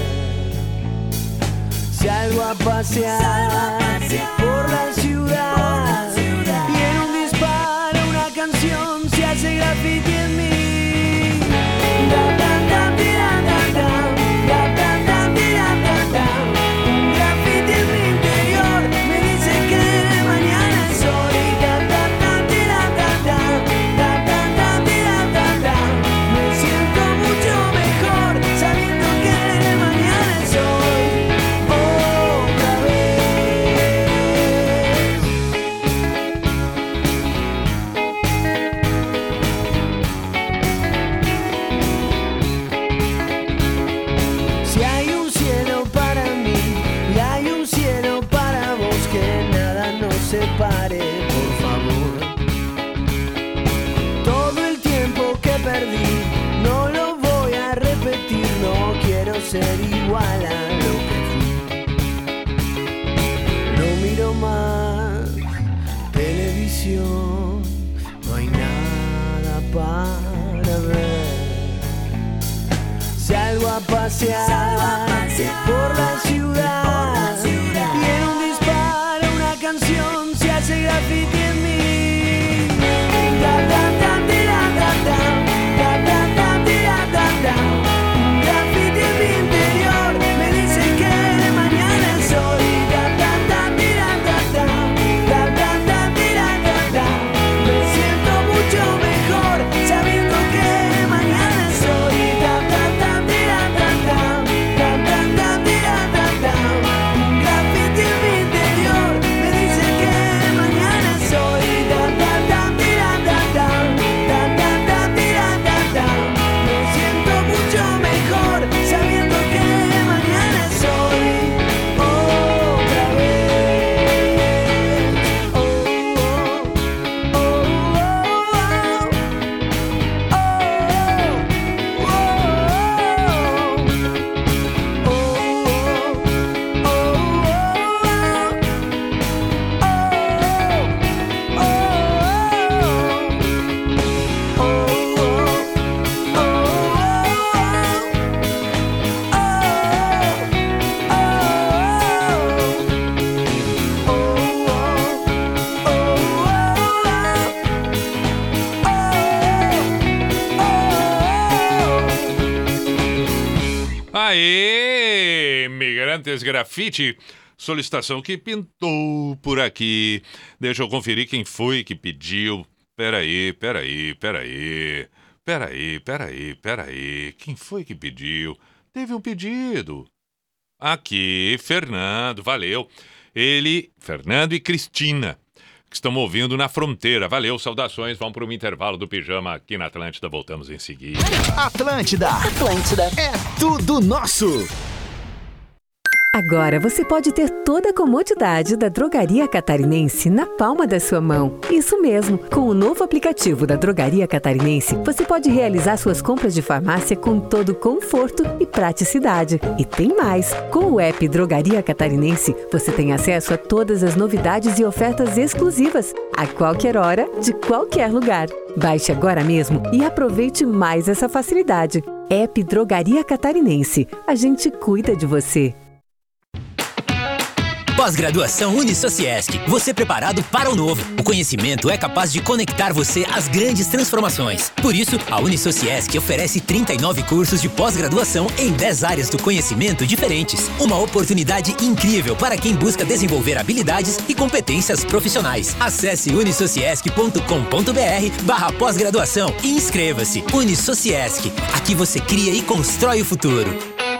Salgo a pasear por la ciudad y en un disparo una canción se hace graffiti en mí. Da, da, da, tira, da, da, da, da, da, tira, da, da. Un graffiti en mi interior me dice que mañana es hoy. Da, da, da, tira, da, da, da, da, da, tira, da, da. Me siento mucho mejor sabiendo que mañana es hoy. Si hay un cielo para mí y hay un cielo para vos, que nada nos separe, por favor. Todo el tiempo que perdí no lo voy a repetir, no quiero ser igual a lo que fui. No miro más televisión, no hay nada para ver. Salgo a pasear por la ciudad y en un disparo una canción se hace graffiti en mí. Da, da, da, tira, da, da, da, da, da, tira, da, da. Un graffiti en mi interior me dice que mañana es hoy. Da, da, da, tira, da, da, da, da, da, tira, da, da. Me siento mucho mejor sabiendo que mañana es hoy. Da, da, da, tira, da, da, da, da, da, tira, da, da. Un graffiti en mi interior me dice que mañana es hoy. Da, da, da, tira, da, da, da, da, da, tira, da, da. Me siento mucho mejor sabiendo que mañana es hoy. Otra vez. Oh, oh, oh, Aê, Migrantes Grafite, solicitação que pintou por aqui. Deixa eu conferir quem foi que pediu. Peraí. Quem foi que pediu? Teve um pedido. Aqui, Fernando, valeu. Fernando e Cristina, que estão ouvindo na fronteira. Valeu, saudações. Vamos para um intervalo do Pijama aqui na Atlântida. Voltamos em seguida. Atlântida é tudo nosso. Agora você pode ter toda a comodidade da Drogaria Catarinense na palma da sua mão. Isso mesmo, com o novo aplicativo da Drogaria Catarinense, você pode realizar suas compras de farmácia com todo conforto e praticidade. E tem mais! Com o app Drogaria Catarinense, você tem acesso a todas as novidades e ofertas exclusivas, a qualquer hora, de qualquer lugar. Baixe agora mesmo e aproveite mais essa facilidade. App Drogaria Catarinense. A gente cuida de você. Pós-graduação Unisociesc. Você preparado para o novo. O conhecimento é capaz de conectar você às grandes transformações. Por isso, a Unisociesc oferece 39 cursos de pós-graduação em 10 áreas do conhecimento diferentes. Uma oportunidade incrível para quem busca desenvolver habilidades e competências profissionais. Acesse unisociesc.com.br/pós-graduação e inscreva-se. Unisociesc. Aqui você cria e constrói o futuro.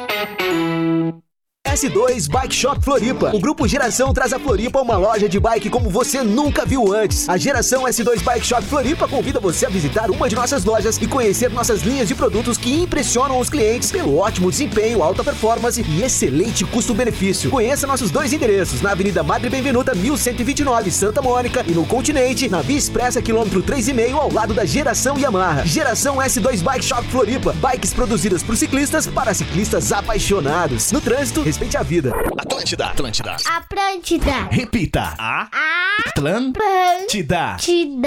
S2 Bike Shop Floripa. O Grupo Geração traz a Floripa uma loja de bike como você nunca viu antes. A Geração S2 Bike Shop Floripa convida você a visitar uma de nossas lojas e conhecer nossas linhas de produtos que impressionam os clientes pelo ótimo desempenho, alta performance e excelente custo-benefício. Conheça nossos 2 endereços, na Avenida Madre Benvenuta 1129, Santa Mônica, e no Continente, na Via Expressa, quilômetro 3,5, ao lado da Geração Yamaha. Geração S2 Bike Shop Floripa. Bikes produzidas por ciclistas para ciclistas apaixonados. No trânsito, respeite a vida. Atlântida. Repita. Atlântida.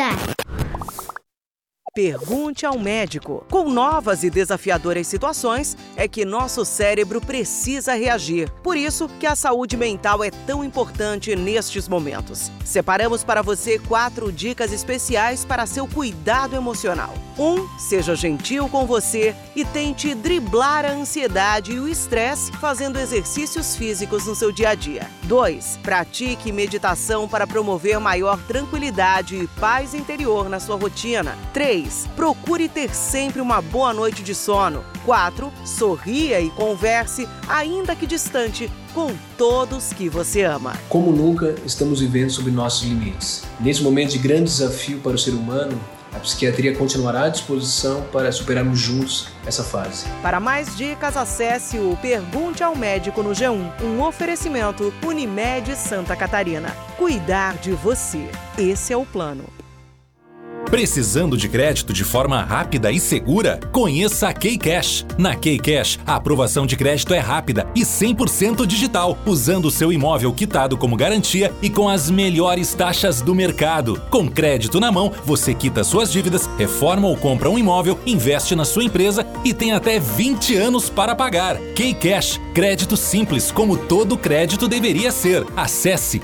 Pergunte ao médico. Com novas e desafiadoras situações, é que nosso cérebro precisa reagir. Por isso que a saúde mental é tão importante nestes momentos. Separamos para você 4 dicas especiais para seu cuidado emocional. 1. Seja gentil com você e tente driblar a ansiedade e o estresse fazendo exercícios físicos no seu dia a dia. 2. Pratique meditação para promover maior tranquilidade e paz interior na sua rotina. 3. Procure ter sempre uma boa noite de sono. 4. Sorria e converse, ainda que distante, com todos que você ama. Como nunca, estamos vivendo sob nossos limites. Nesse momento de grande desafio para o ser humano, a psiquiatria continuará à disposição para superarmos juntos essa fase. Para mais dicas, acesse o Pergunte ao Médico no G1. Um oferecimento Unimed Santa Catarina. Cuidar de você. Esse é o plano. Precisando de crédito de forma rápida e segura? Conheça a K-Cash. Na K-Cash, a aprovação de crédito é rápida e 100% digital, usando o seu imóvel quitado como garantia e com as melhores taxas do mercado. Com crédito na mão, você quita suas dívidas, reforma ou compra um imóvel, investe na sua empresa e tem até 20 anos para pagar. K-Cash, crédito simples como todo crédito deveria ser. Acesse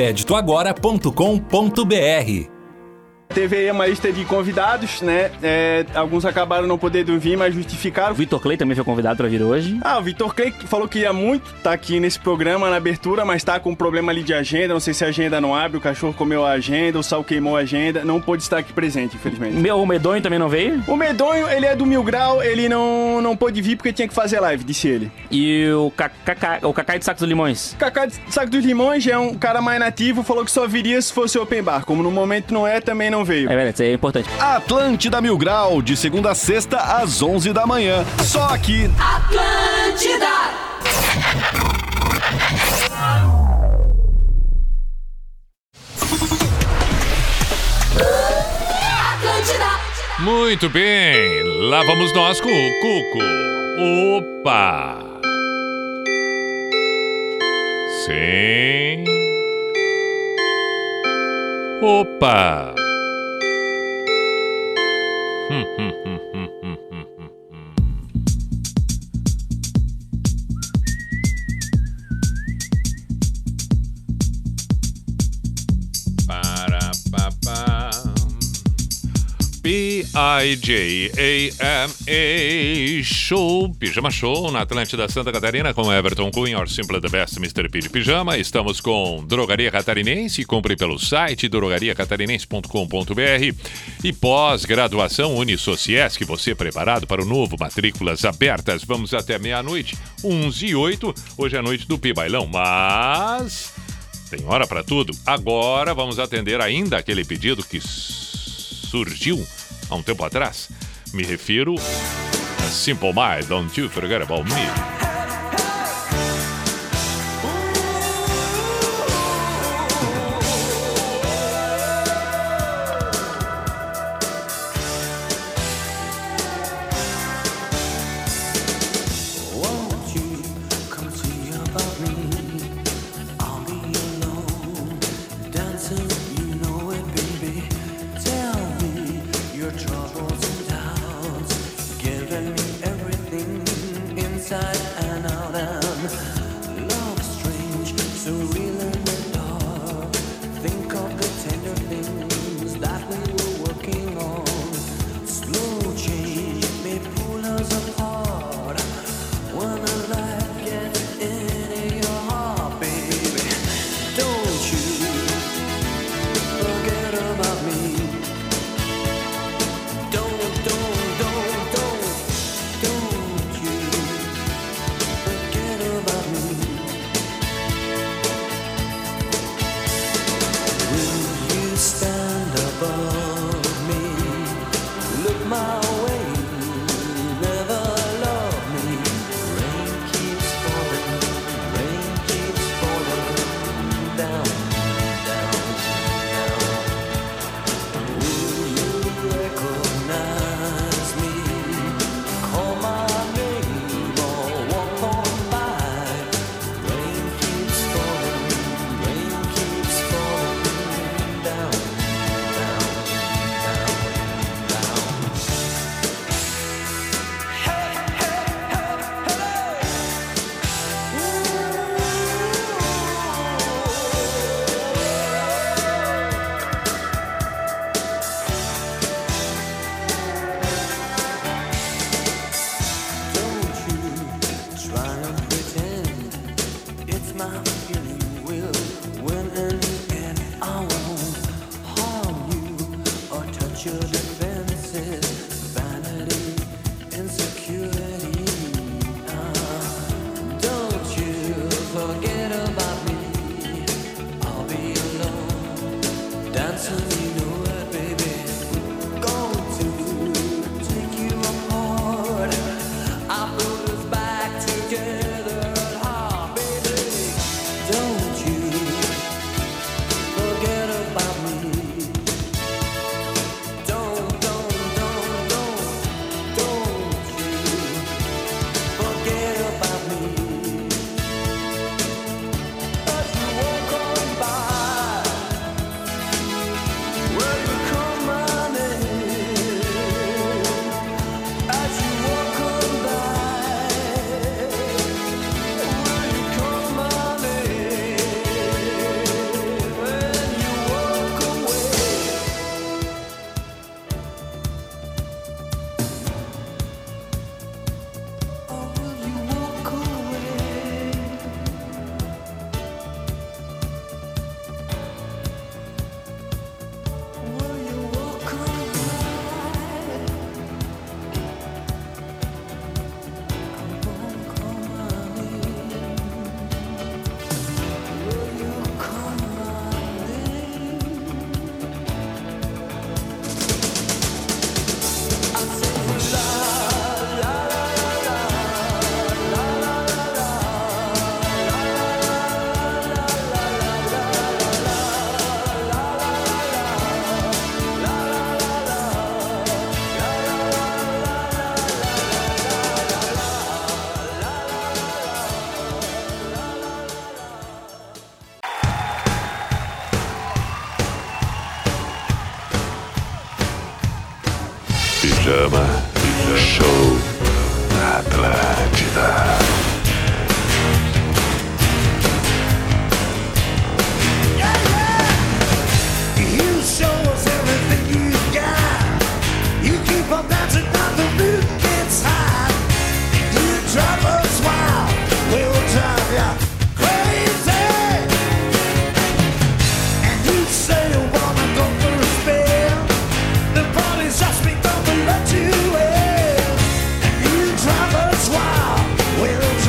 meucreditoagora.com.br. Teve aí uma lista de convidados, né? Alguns acabaram não podendo vir, mas justificaram. O Vitor Clay também foi convidado para vir hoje. O Vitor Clay falou que ia muito estar aqui nesse programa, na abertura, mas tá com um problema ali de agenda. Não sei se a agenda não abre, o cachorro comeu a agenda, o Sal queimou a agenda. Não pôde estar aqui presente, infelizmente. O Medonho também não veio? O Medonho, ele é do Mil Grau, ele não pôde vir porque tinha que fazer live, disse ele. E o Cacá de Sacos dos Limões? Cacá de Sacos dos Limões é um cara mais nativo, falou que só viria se fosse open bar. Como no momento não é, também não veio. É verdade, isso aí é importante. Atlântida Mil Grau, de segunda a sexta, às 11 da manhã. Só aqui. Atlântida! Muito bem, lá vamos nós com o Cuco. Opa! Sim. Opa! Para papá. P-I-J-A-M-A Show, Pijama Show na Atlântida Santa Catarina com Everton Cunha, or Simple the Best, Mr. P de Pijama. Estamos com Drogaria Catarinense, compre pelo site drogariacatarinense.com.br e pós-graduação Unisociesc, você preparado para o novo, matrículas abertas. Vamos até meia-noite, 11h08, hoje é a noite do Pi Bailão, mas tem hora para tudo. Agora vamos atender ainda aquele pedido que surgiu há um tempo atrás. Me refiro a Simple Mind, Don't You Forget About Me. Troubles and doubts, giving me everything inside out. Pijama Show na Atlântida. You show us everything you got. You keep on dancing down the moon gets high. You drive us wild, we'll drive ya crazy. And you say you wanna go for a spin. The party's just begun to let you in. And you drive us wild, we'll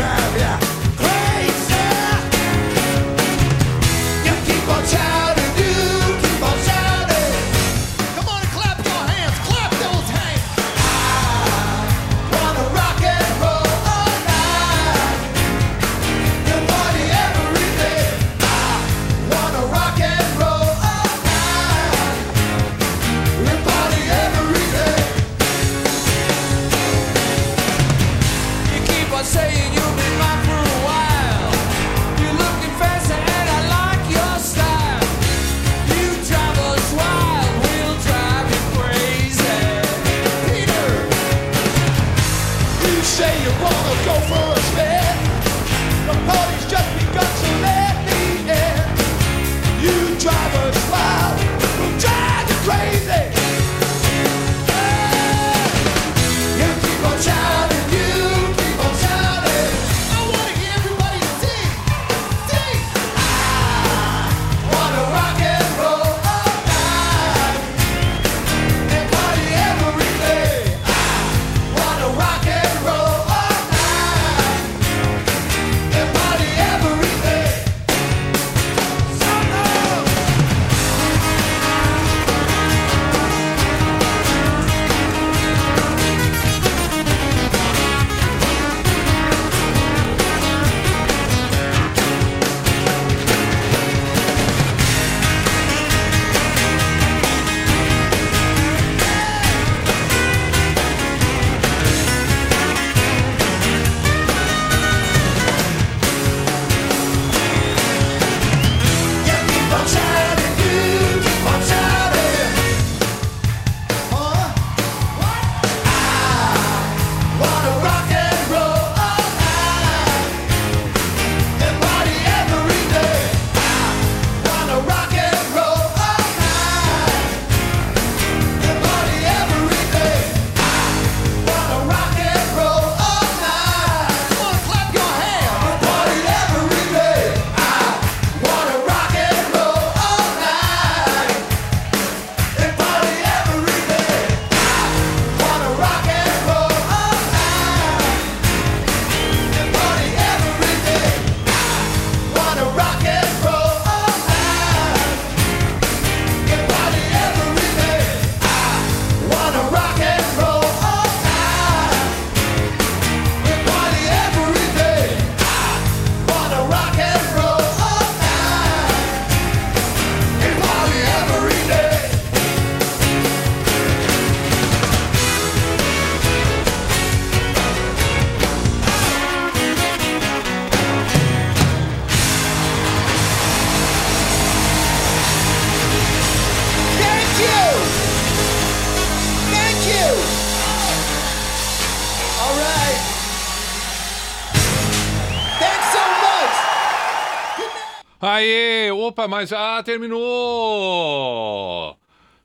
Aê, opa, mas terminou.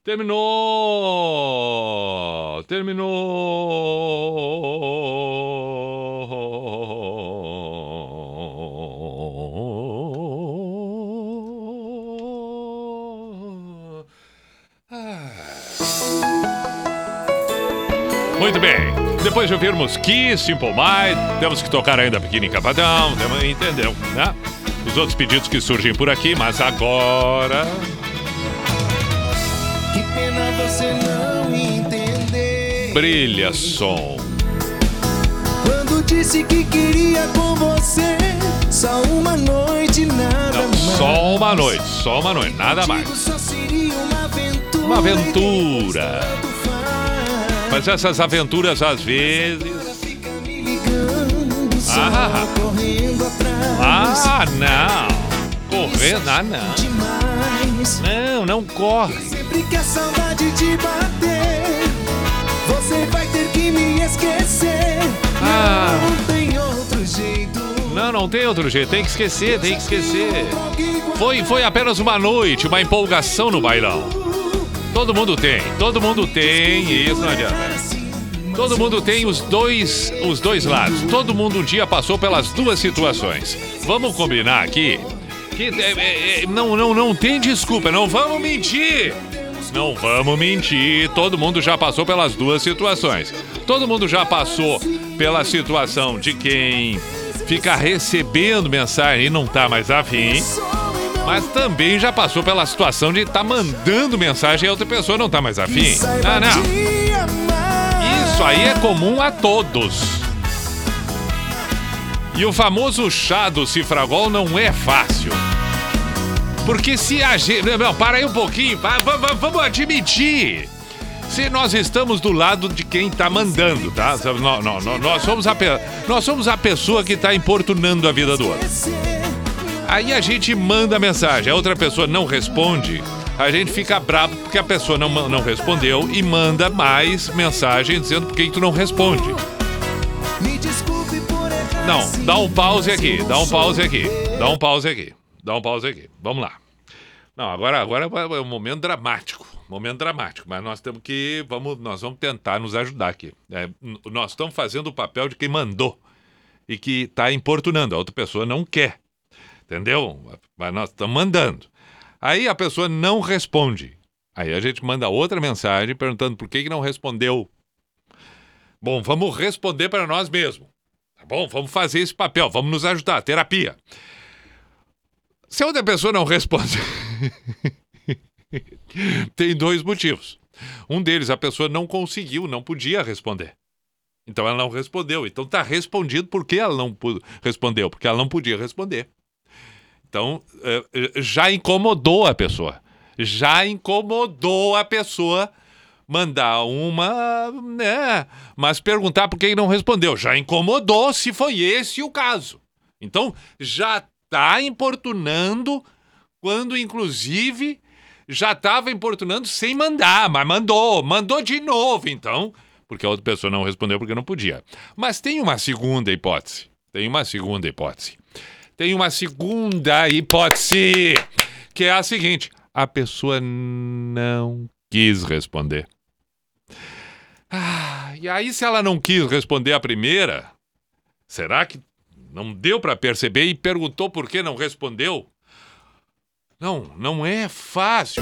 Muito bem. Depois de ouvirmos Kiss, Simple Mind, temos que tocar ainda Pequeno Capadão, entendeu, né? Os outros pedidos que surgem por aqui, mas agora... Que pena você não entender. Brilha som. Quando disse que queria com você só uma noite, nada mais. Só uma noite, nada mais. Só seria uma aventura. Mas essas aventuras às vezes... não. Correndo, não. Não corre. Sempre que a saudade te bater, você vai ter que me esquecer. Não tem outro jeito. Não tem outro jeito. Tem que esquecer. Foi apenas uma noite, uma empolgação no bailão. Todo mundo tem, isso não adianta. Todo mundo tem os dois lados. Todo mundo um dia passou pelas duas situações. Vamos combinar aqui que não tem desculpa, não vamos mentir. Todo mundo já passou pelas duas situações. Todo mundo já passou pela situação de quem fica recebendo mensagem e não tá mais afim. Mas também já passou pela situação de estar mandando mensagem e a outra pessoa não tá mais afim. Não. Isso aí é comum a todos. E o famoso chá do Cifragol não é fácil. Porque se a gente... Não, para aí um pouquinho. Vamos admitir. Se nós estamos do lado de quem tá mandando, tá? Nós somos a pessoa que tá importunando a vida do outro. Aí a gente manda mensagem, a outra pessoa não responde, a gente fica bravo porque a pessoa não respondeu e manda mais mensagem dizendo por que tu não responde. Não, dá um pause aqui. Vamos lá. Não, agora é um momento dramático, mas nós temos que, nós vamos tentar nos ajudar aqui. Nós estamos fazendo o papel de quem mandou e que está importunando, a outra pessoa não quer. Entendeu? Mas nós estamos mandando. Aí a pessoa não responde. Aí a gente manda outra mensagem perguntando por que não respondeu. Bom, vamos responder para nós mesmos. Tá bom? Vamos fazer esse papel, vamos nos ajudar. Terapia. Se a outra pessoa não responde... Tem dois motivos. Um deles, a pessoa não podia responder. Então ela não respondeu. Então está respondido por que ela não respondeu. Porque ela não podia responder. Então, já incomodou a pessoa. Mandar uma... mas perguntar por que não respondeu. Já incomodou se foi esse o caso. Então, já está importunando quando, inclusive, já estava importunando sem mandar. Mas mandou de novo, então. Porque a outra pessoa não respondeu porque não podia. Mas tem uma segunda hipótese. Que é a seguinte: a pessoa não quis responder. E aí, se ela não quis responder a primeira, será que não deu para perceber e perguntou por que não respondeu? Não é fácil.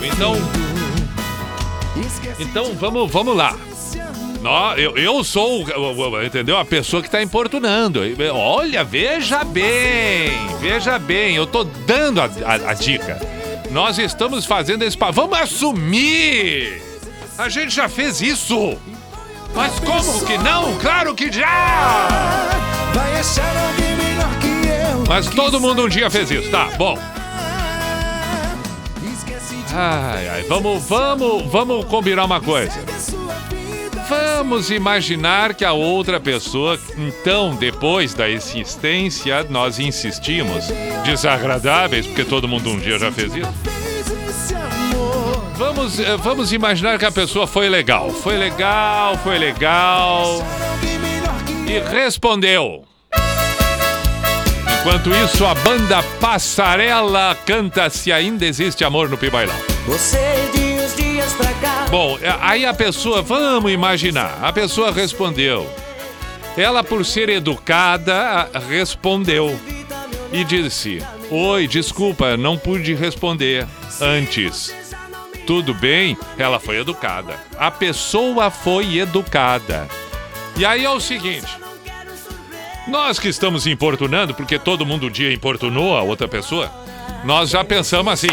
Então vamos lá. Eu sou, entendeu? A pessoa que está importunando. Olha, veja bem, eu tô dando a dica. Nós estamos fazendo esse... Vamos assumir! A gente já fez isso! Mas como que não? Claro que já! Mas todo mundo um dia fez isso, tá? Bom. Vamos combinar uma coisa. Vamos imaginar que a outra pessoa, então, depois da insistência, nós insistimos, desagradáveis, porque todo mundo um dia já fez isso. Vamos imaginar que a pessoa foi legal e respondeu. Enquanto isso, a banda Passarela canta Se Ainda Existe Amor no Pibailão. Você de uns dias pra cá. Bom, aí a pessoa, vamos imaginar, a pessoa respondeu. Ela, por ser educada, respondeu e disse: oi, desculpa, não pude responder antes. Tudo bem? Ela foi educada. A pessoa foi educada. E aí é o seguinte... Nós que estamos importunando, porque todo mundo um dia importunou a outra pessoa, nós já pensamos assim,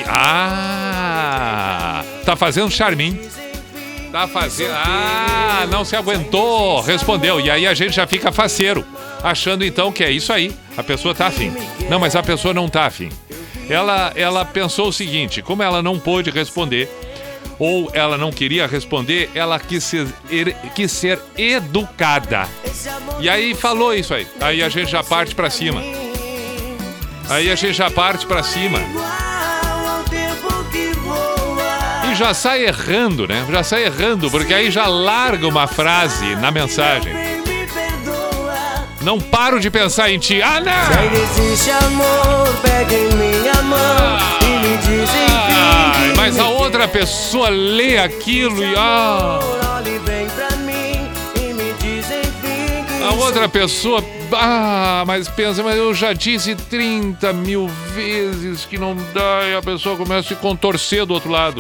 tá fazendo charminho. Tá fazendo... não se aguentou, respondeu. E aí a gente já fica faceiro, achando então que é isso aí, a pessoa tá afim. Não, mas a pessoa não tá afim. Ela pensou o seguinte, como ela não pôde responder, ou ela não queria responder, ela quis ser educada. E aí falou isso aí. Aí a gente já parte pra cima. E já sai errando, né? Já sai errando, porque aí já larga uma frase na mensagem. Não paro de pensar em ti. Ah, não! Se ainda existe amor, pega em minha mão e me diz enfim. Mas a outra pessoa lê aquilo e... olhe bem pra mim e me diz enfim. A outra pessoa... mas pensa, mas eu já disse 30 mil vezes que não dá, e a pessoa começa a se contorcer do outro lado.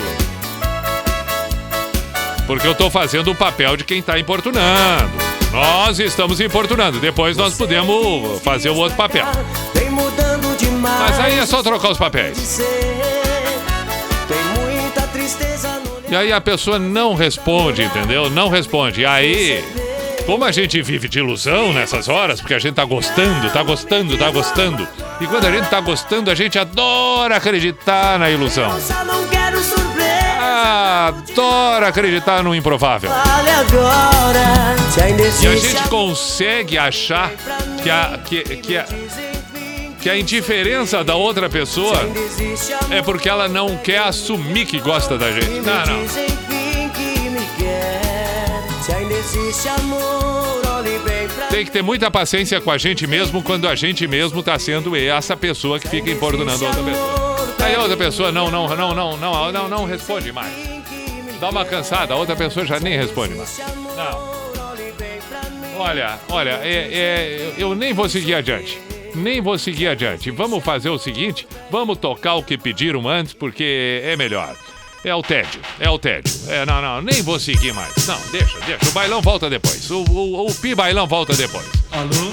Porque eu tô fazendo o papel de quem tá importunando. Nós estamos importunando. Depois nós podemos fazer o outro papel. Mas aí é só trocar os papéis. E aí a pessoa não responde, entendeu? Não responde. E aí, como a gente vive de ilusão nessas horas, porque a gente tá gostando. E quando a gente tá gostando, a gente adora acreditar na ilusão. Adora acreditar no improvável. E a gente consegue achar que a indiferença da outra pessoa é porque ela não quer assumir que gosta da gente. Não. Tem que ter muita paciência com a gente mesmo quando a gente mesmo tá sendo essa pessoa que fica importunando a outra pessoa. Aí a outra pessoa não responde mais. Dá uma cansada, a outra pessoa já nem responde mais. Não. Olha, eu nem vou seguir adiante. Vamos fazer o seguinte, vamos tocar o que pediram antes, porque é melhor. É o tédio. Não, nem vou seguir mais. Não, deixa. O bailão volta depois. O Pi Bailão volta depois. Alô?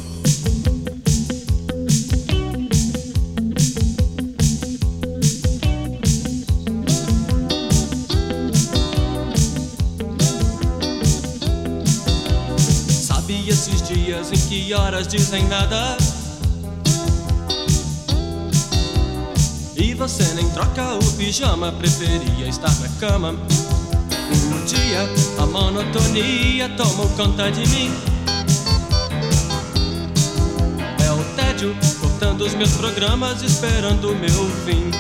Sabe esses dias em que horas dizem nada? E você nem troca o pijama, preferia estar na cama. Um dia a monotonia tomou conta de mim. É o tédio cortando os meus programas, esperando o meu fim.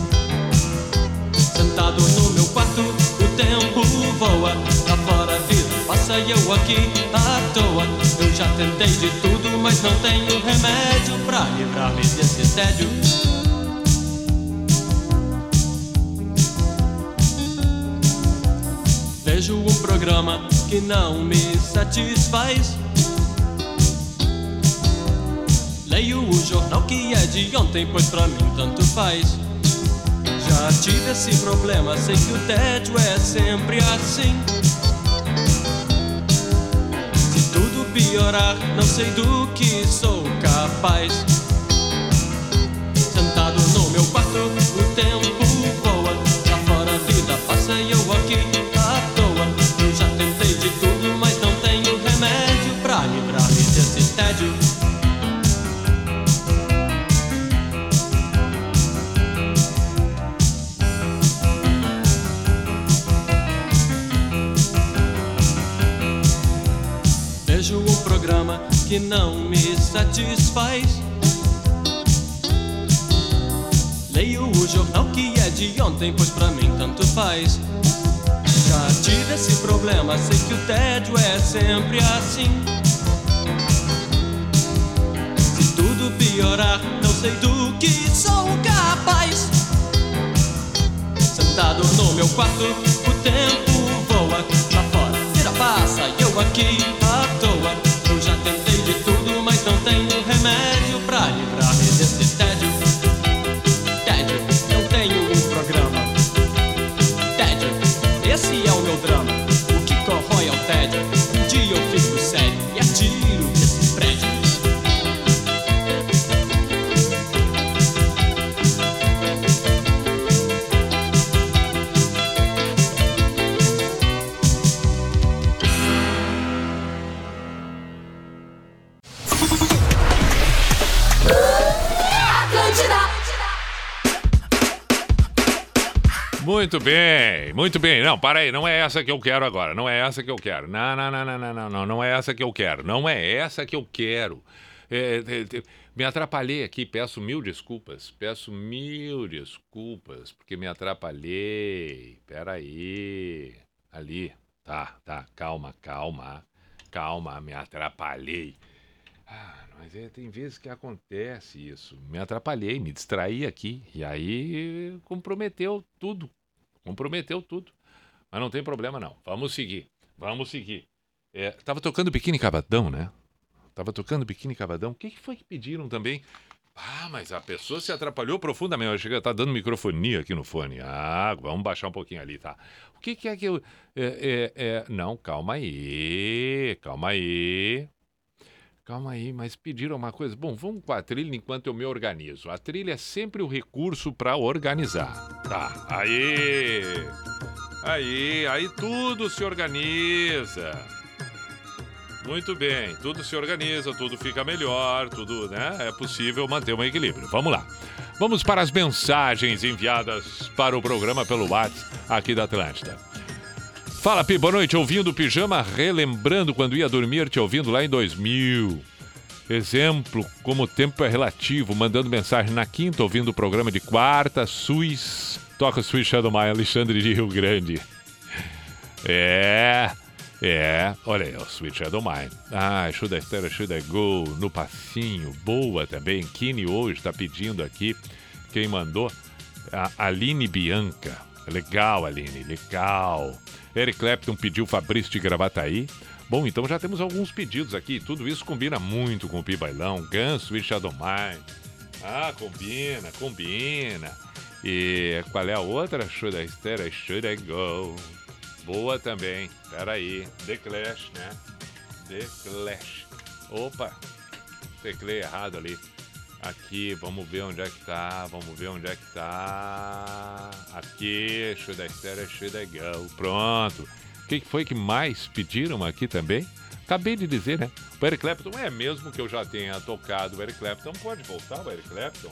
Sentado no meu quarto, o tempo voa. Lá fora a vida passa e eu aqui à toa. Eu já tentei de tudo, mas não tenho remédio pra livrar-me desse tédio. Vejo um programa que não me satisfaz. Leio o jornal que é de ontem, pois pra mim tanto faz. Já tive esse problema, sei que o tédio é sempre assim. Se tudo piorar, não sei do que sou capaz. Sentado no meu quarto, o tempo voa. Lá fora a vida passa e eu aqui à toa. Eu já tentei de tudo, mas não tenho remédio pra livrar-me desse tédio. Vejo um programa que não me satisfaz. Leio o jornal que é de ontem, pois pra mim tanto faz. Já tive esse problema, sei que o tédio é sempre assim. Se tudo pior piorar, não sei do que sou capaz. Sentado no meu quarto, o tempo voa. Lá fora, vida passa e eu aqui à toa. Eu já tentei de tudo, mas não tenho remédio pra livrar-me desse tédio. Tédio, eu tenho um programa. Tédio, esse é o meu drama. O que corrói é o tédio. Um dia eu fico sério e atiro desse prédio. Muito bem, muito bem. Não, para aí, não é essa que eu quero agora. Não é essa que eu quero. Não, não é essa que eu quero. Não é essa que eu quero. Me atrapalhei aqui, peço mil desculpas. Porque me atrapalhei. Pera aí. Ali. Tá, calma, me atrapalhei. Mas tem vezes que acontece isso. Me atrapalhei, me distraí aqui. E aí comprometeu tudo. Mas não tem problema não. Vamos seguir. Tava tocando Biquíni Cavadão, né? O que foi que pediram também? Mas a pessoa se atrapalhou profundamente. Eu cheguei a estar dando microfonia aqui no fone. Vamos baixar um pouquinho ali, tá? O que é que eu... Não, calma aí, mas pediram uma coisa. Bom, vamos com a trilha enquanto eu me organizo. A trilha é sempre o recurso para organizar. Tá, aí tudo se organiza. Muito bem, tudo se organiza, tudo fica melhor, tudo, né? É possível manter um equilíbrio. Vamos lá. Vamos para as mensagens enviadas para o programa pelo WhatsApp aqui da Atlântida. Fala, Pi, boa noite. Ouvindo o Pijama, relembrando quando ia dormir, te ouvindo lá em 2000. Exemplo, como o tempo é relativo, mandando mensagem na quinta, ouvindo o programa de quarta, toca Swiss Shadow Mine, Alexandre de Rio Grande. Olha aí, o Sweet Shadow Mine. Should I Stay or Should I Go? No passinho, boa também. Kini hoje tá pedindo aqui, quem mandou? A Aline Bianca. Legal, Aline, legal. Eric Clapton pediu Fabrício de Gravataí. Bom, então já temos alguns pedidos aqui. Tudo isso combina muito com o Pi Bailão. Guns, Sweet Shadow Mine. Combina. E qual é a outra? Should I Stay or Should I Go? Boa também. Pera aí. The Clash, né? The Clash. Opa. Teclei errado ali. Aqui, vamos ver onde é que tá. Aqui, Should I Stay or Should I Go? Pronto. O que foi que mais pediram aqui também? Acabei de dizer, né? O Eric Clapton é mesmo que eu já tenha tocado. O Eric Clapton pode voltar, o Eric Clapton?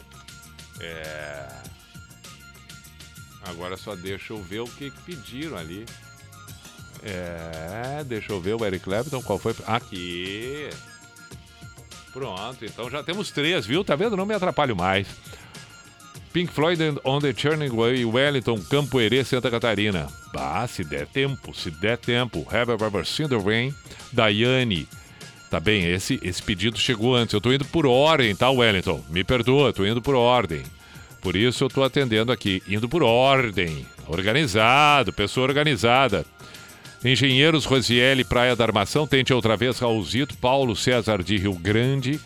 Agora só deixa eu ver o que pediram ali. Deixa eu ver o Eric Clapton, qual foi? Aqui. Pronto, então já temos 3, viu? Tá vendo? Não me atrapalho mais. Pink Floyd on the Turning Way, Wellington, Campo Herê, Santa Catarina. Se der tempo. Have I Ever Seen the Rain? Daiane. Tá bem, esse pedido chegou antes. Eu tô indo por ordem, tá, Wellington? Me perdoa, tô indo por ordem. Por isso eu tô atendendo aqui, indo por ordem. Organizado, pessoa organizada. Engenheiros Rosiele, Praia da Armação, tente outra vez, Raulzito, Paulo César de Rio Grande,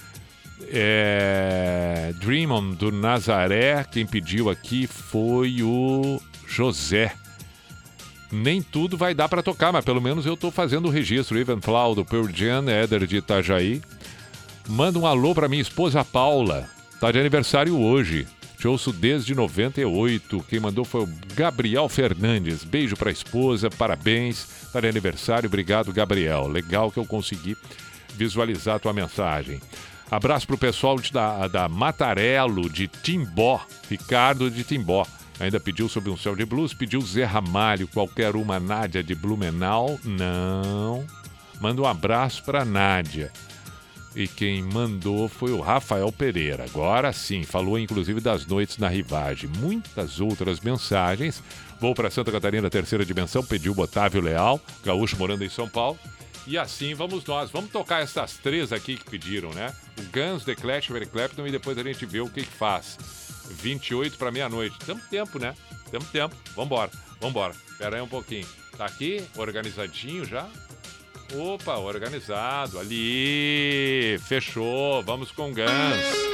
Dream On do Nazaré, quem pediu aqui foi o José. Nem tudo vai dar para tocar, mas pelo menos eu estou fazendo o registro. Ivan Flau do Pearl Jam, Éder de Itajaí. Manda um alô para minha esposa Paula, tá de aniversário hoje. Te ouço desde 98. Quem mandou foi o Gabriel Fernandes. Beijo pra esposa, parabéns. Tá de aniversário, obrigado, Gabriel. Legal que eu consegui visualizar a tua mensagem. Abraço pro pessoal da Matarello, de Timbó. Ricardo de Timbó. Ainda pediu sobre um céu de blues, pediu Zé Ramalho, qualquer uma. Nádia de Blumenau, não. Manda um abraço pra Nádia. E quem mandou foi o Rafael Pereira. Agora sim, falou inclusive das noites na Rivagem. Muitas outras mensagens. Vou para Santa Catarina, terceira dimensão, pediu o Otávio Leal, gaúcho morando em São Paulo. E assim vamos nós. Vamos tocar essas 3 aqui que pediram, né? O Guns, The Clash, Eric Clapton e depois a gente vê o que faz. 28 para meia-noite. Temos tempo, né? Temos tempo. Vambora. Espera aí um pouquinho. Tá aqui, organizadinho já. Opa, organizado. Ali, fechou. Vamos com Guns.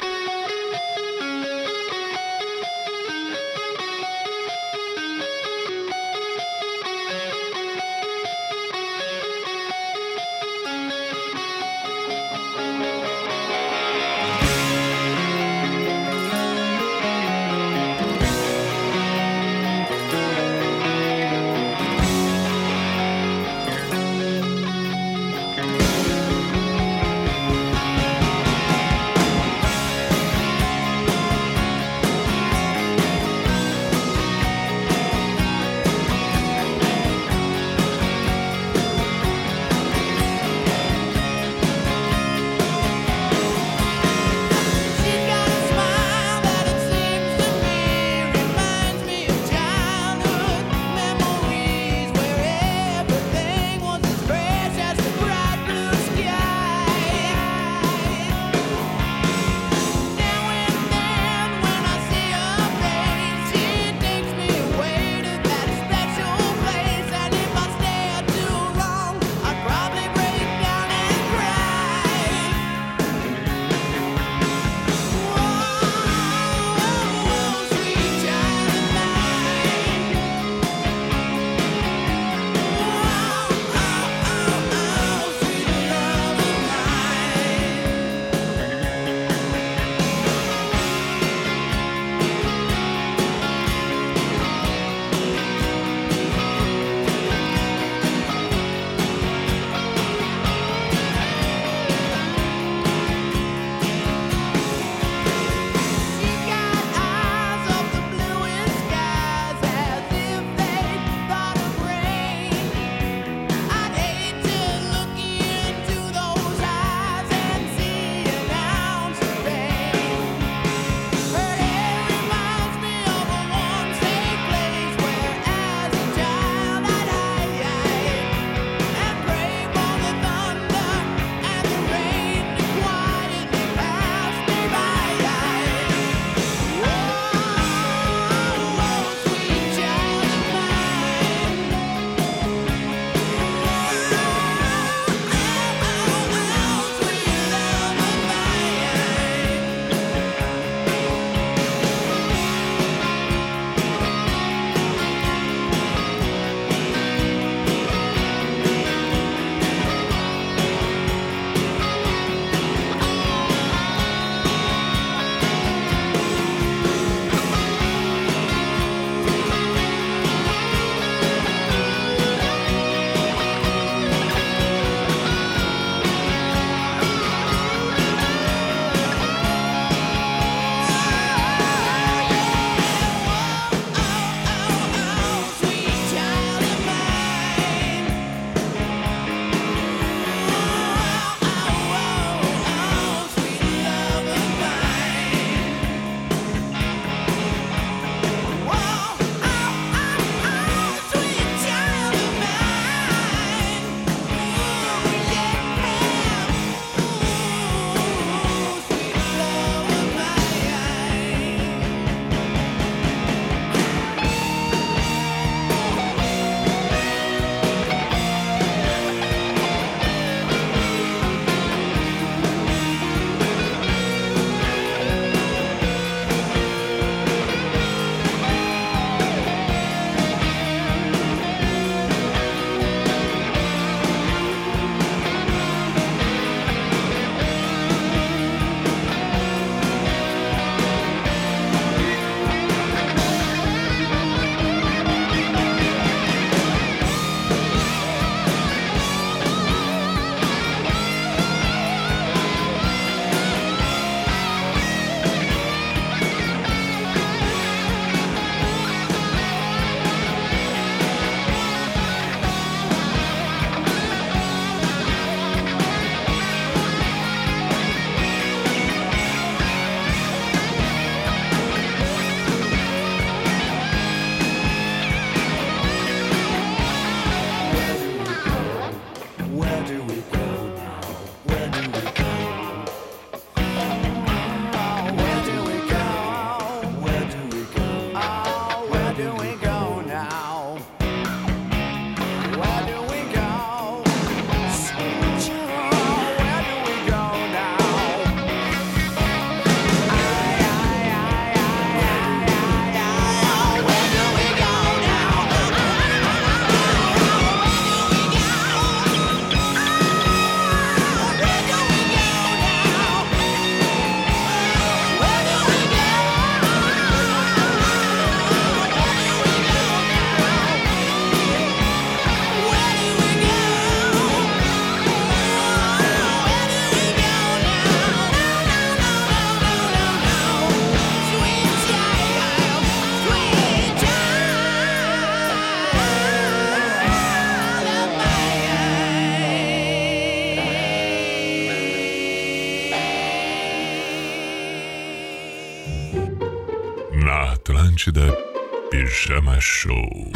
Atlântida, Pijama Show.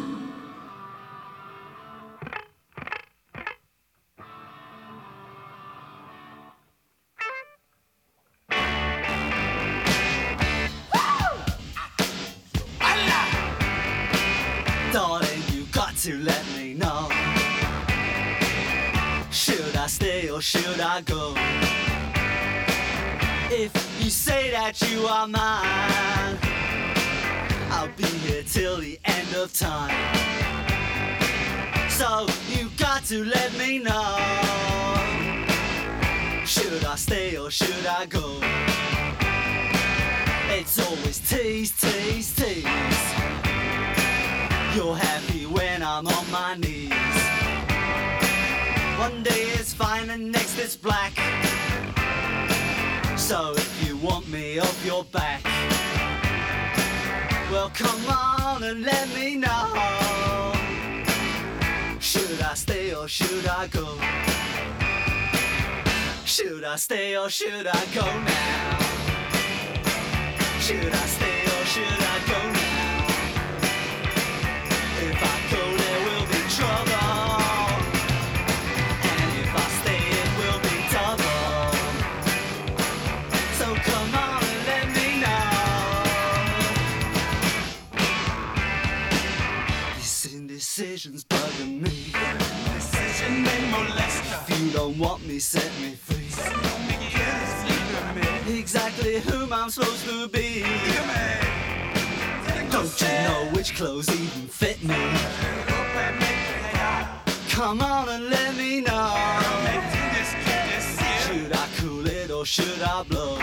Darling, you got to let me know. Should I stay or should I go? If you say that you are mine, I'll be here till the end of time. So you got to let me know. Should I stay or should I go? It's always tease, tease, tease. You're happy when I'm on my knees. One day it's fine and next it's black. So if you want me off your back, well come on and let me know. Should I stay or should I go? Should I stay or should I go now? Should I stay or should I go now? If I go there will be trouble, and if I stay it will be double. So come on and let me know. These indecisions bugging me. Decision they molest. If you don't want me, set me free. Exactly whom I'm supposed to be. Don't you know which clothes even fit me? Come on and let me know. Should I cool it or should I blow?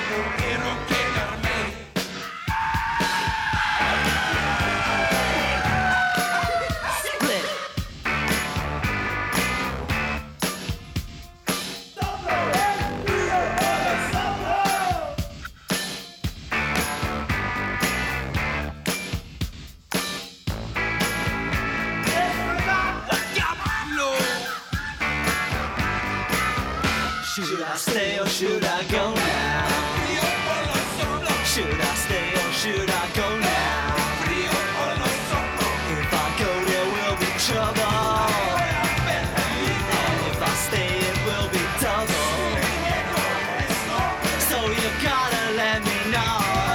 Split. Should I stay or should I go now? Should I stay or should I go now? If I go there will be trouble, and if I stay it will be double. So you gotta let me know.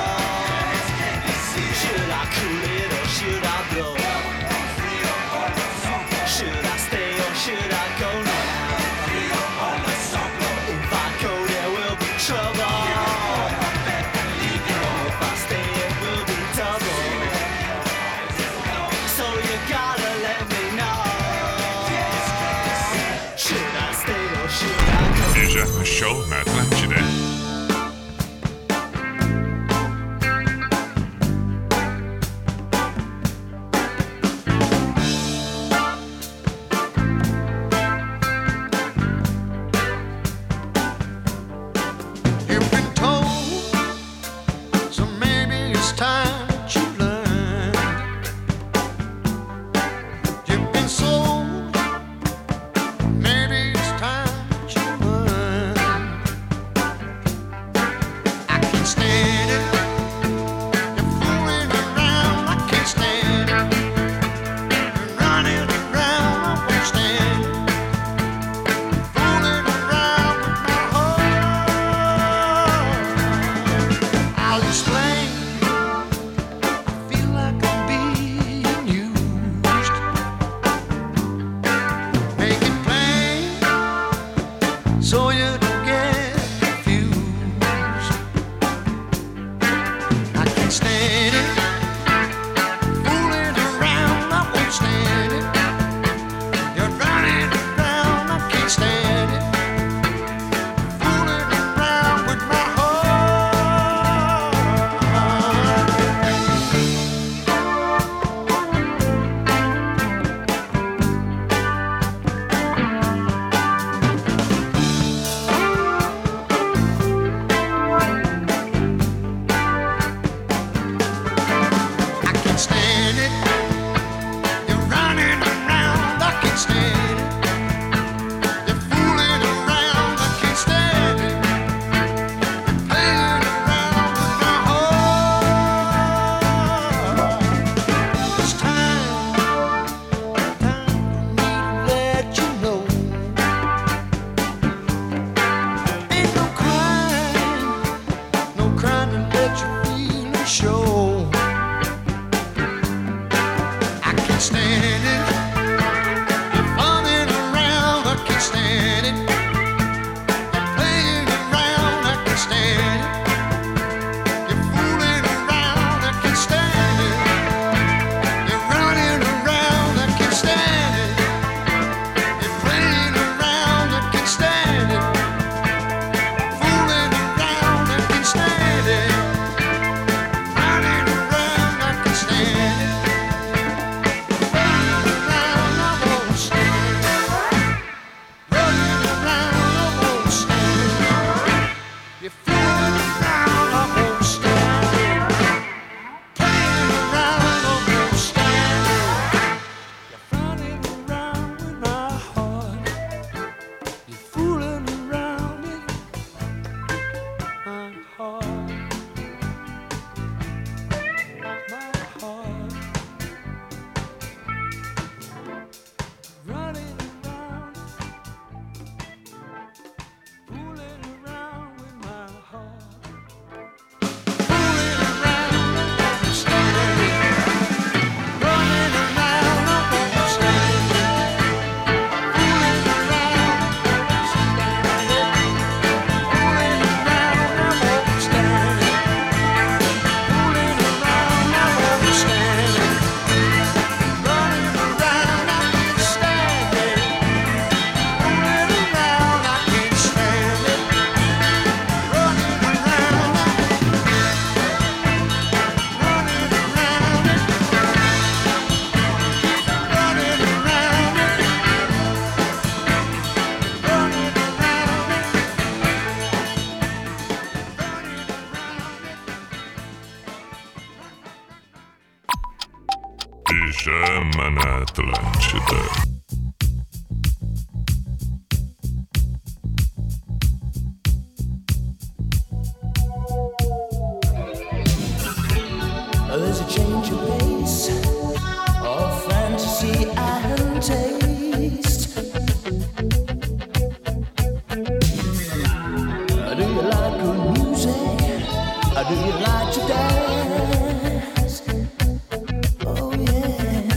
Should I cool it or should I blow? Should I stay or should I go now? Trouble. If I stay, it will be double. So you gotta let me know. Should I stay or should I go? Pijama Show na Atlântida. Pijama na Atlântida. There's a change of pace, of fantasy and taste. Do you like good music? Do you like to dance? Oh yeah.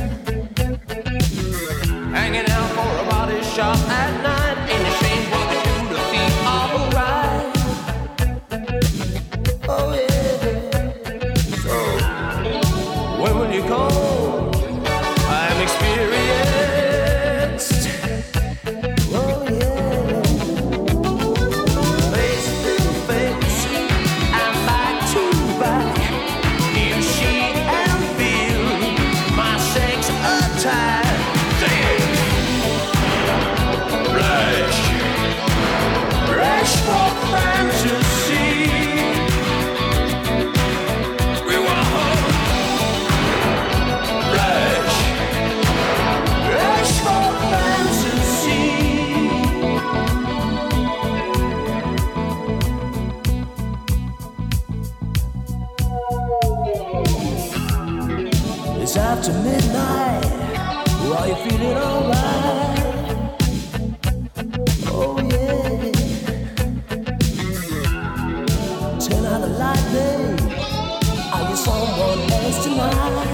Hanging out for a body shop at night ain't a shame what to do to feel alright. Oh yeah. When will you come? I'm experienced. Oh yeah. Face to face and back to back. You see and feel my sex attack. Rush, rush for fantasy. We want rush for fantasy. It's after midnight. Are you feeling alright? Oh yeah. Turn out the light, babe. Are you someone else tonight?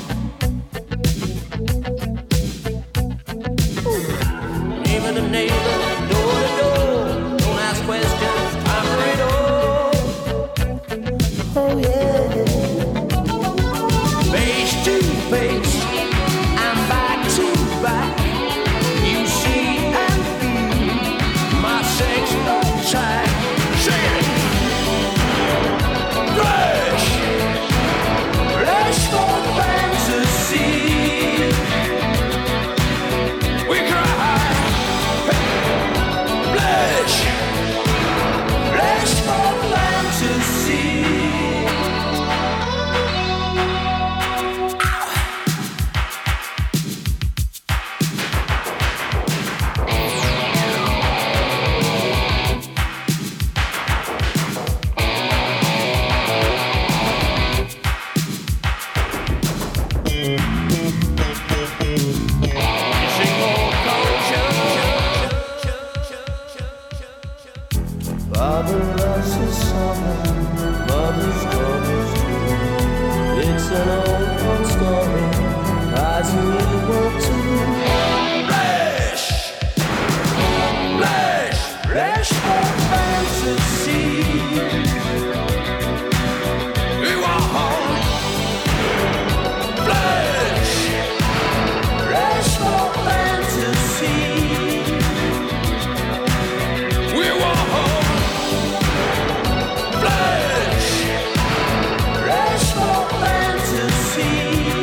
Neighbor to neighbor, door to door. Don't ask questions, time for it all. Oh yeah. Face to face and back to back. You see and feel my sex attack. Say it. Rush, rush for fantasy. We cry. Blush, blush for fantasy. Father loves his son, mother's daughters too. It's an old story, as you will too. Flesh, flesh, flesh for fantasy. We want home. Flesh, flesh for fantasy. We want home. Flesh, flesh for fantasy.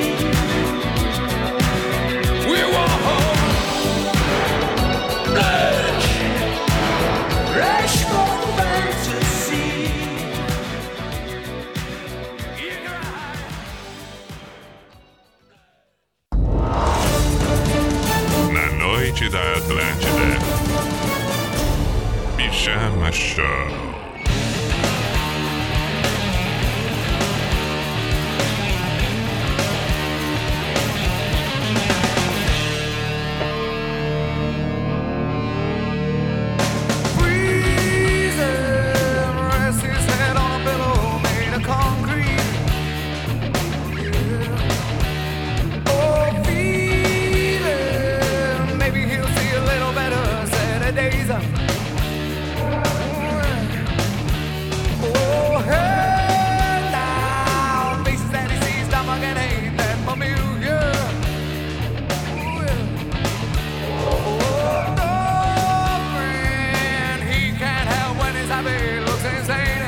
We want home. Flesh, flesh for fantasy. Na noite da Atlântida. Pijama Show. Rest his head on a pillow made of concrete. Oh, feeling maybe he'll see a little better Saturdays. Oh, head down, faces that he sees, stomach and ain't that familiar. Oh, no, friend, he can't help when his happy looks insane.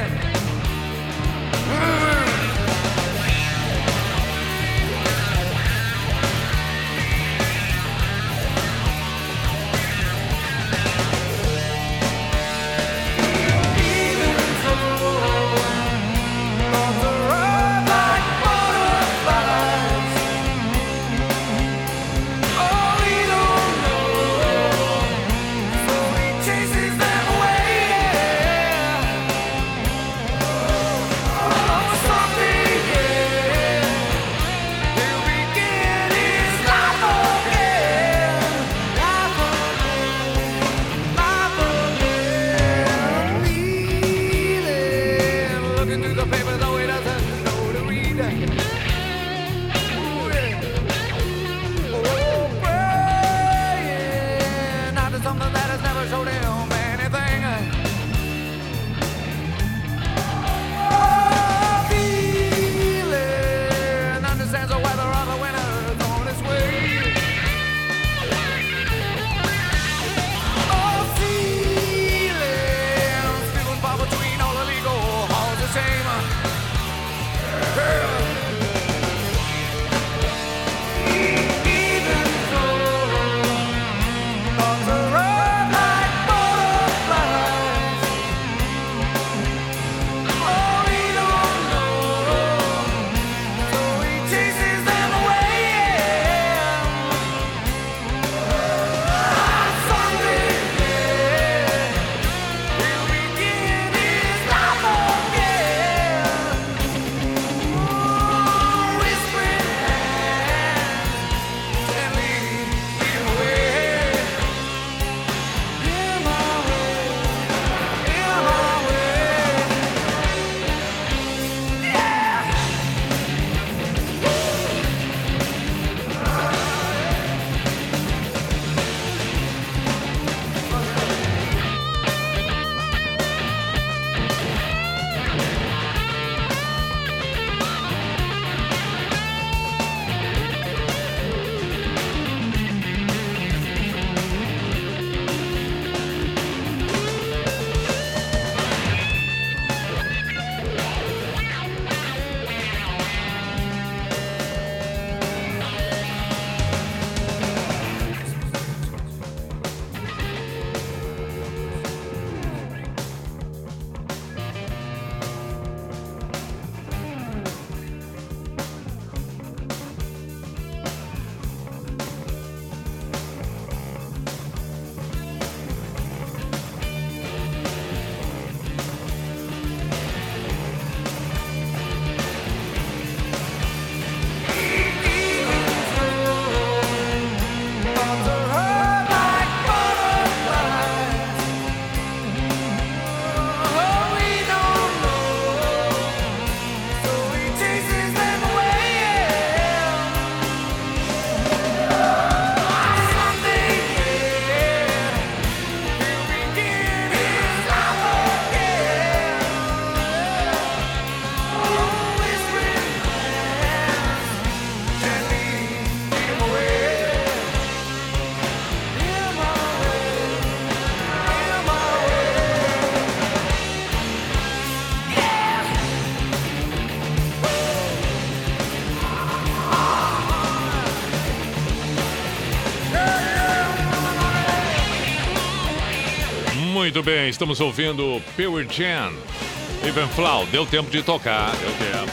Muito bem, estamos ouvindo Pearl Jam. Even Flow, deu tempo de tocar, deu tempo.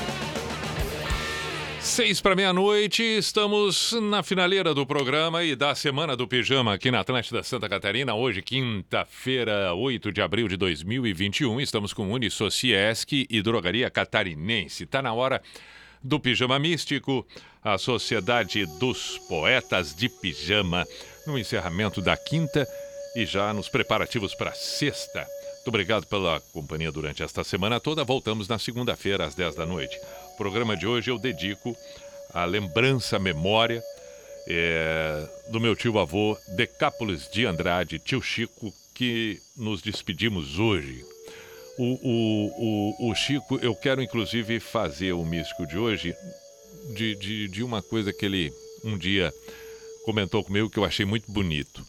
6 para meia-noite, estamos na finaleira do programa e da Semana do Pijama aqui na Atlântida Santa Catarina. Hoje, quinta-feira, 8 de abril de 2021, estamos com Unisociesc e Drogaria Catarinense. Está na hora do Pijama Místico, a Sociedade dos Poetas de Pijama, no encerramento da quinta e já nos preparativos para a sexta. Muito obrigado pela companhia durante esta semana toda. Voltamos na segunda-feira, às 10 da noite. O programa de hoje eu dedico à lembrança, à memória do meu tio-avô Decápolis de Andrade, tio Chico, que nos despedimos hoje. O Chico, eu quero inclusive fazer o místico de hoje de uma coisa que ele um dia comentou comigo que eu achei muito bonito.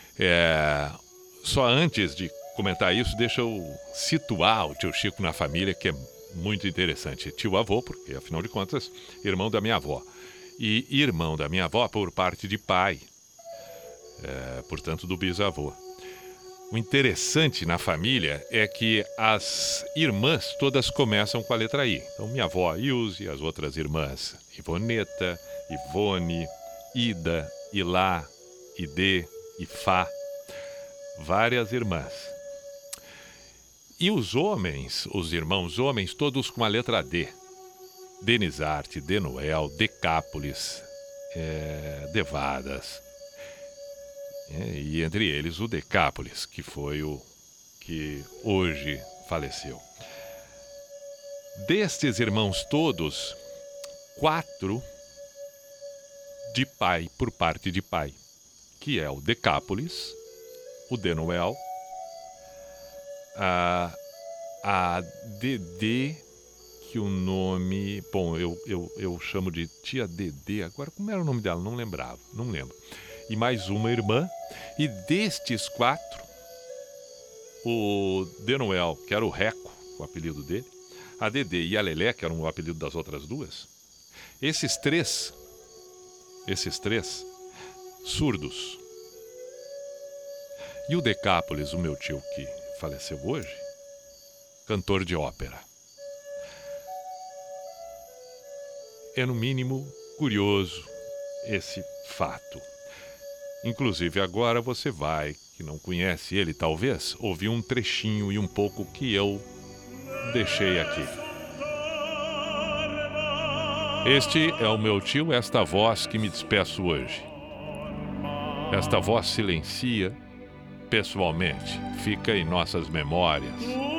Só antes de comentar isso, deixa eu situar o tio Chico na família, que é muito interessante. Tio-avô, porque afinal de contas, irmão da minha avó. E irmão da minha avó por parte de pai, portanto do bisavô. O interessante na família é que as irmãs todas começam com a letra I. Então minha avó Ilse, as outras irmãs Ivoneta, Ivone, Ida, Ilá, Ide, Ifá. Várias irmãs. E os homens, os irmãos homens, todos com a letra D. Denizarte, Denoel, Decápolis, Devadas. E entre eles o Decápolis, que foi o que hoje faleceu. Destes irmãos todos, 4 de pai, por parte de pai, que é o Decápolis, o Denoel, a Dedê, que o nome... Bom, eu chamo de tia Dedê. Agora, como era o nome dela? Não lembro. E mais uma irmã. E destes 4, o Denoel, que era o Reco, o apelido dele, a Dedê e a Lelé, que eram o apelido das outras duas, esses três, surdos. E o Decápolis, o meu tio que faleceu hoje, cantor de ópera. É no mínimo curioso esse fato. Inclusive agora você vai, que não conhece ele talvez, ouvir um trechinho e um pouco que eu deixei aqui. Este é o meu tio, esta voz que me despeço hoje. Esta voz silencia pessoalmente, fica em nossas memórias.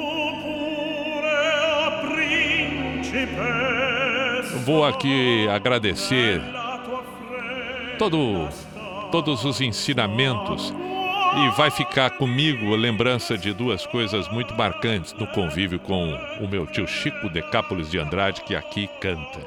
Vou aqui agradecer todos os ensinamentos e vai ficar comigo a lembrança de 2 coisas muito marcantes no convívio com o meu tio Chico Decápolis de Andrade, que aqui canta.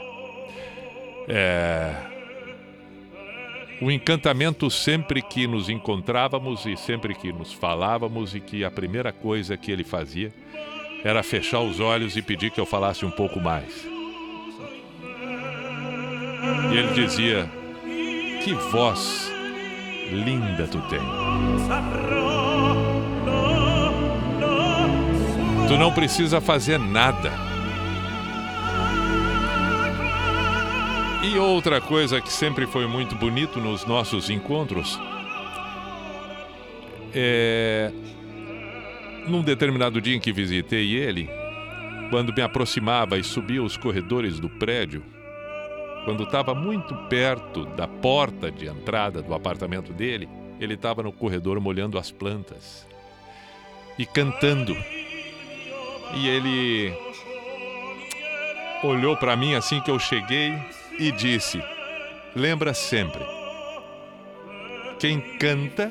O encantamento sempre que nos encontrávamos e sempre que nos falávamos, e que a primeira coisa que ele fazia era fechar os olhos e pedir que eu falasse um pouco mais. E ele dizia: que voz linda tu tem. Tu não precisa fazer nada. E outra coisa que sempre foi muito bonito nos nossos encontros num determinado dia em que visitei ele, quando me aproximava e subia os corredores do prédio, quando estava muito perto da porta de entrada do apartamento dele, ele estava no corredor molhando as plantas e cantando. E ele olhou para mim assim que eu cheguei e disse: lembra sempre, quem canta,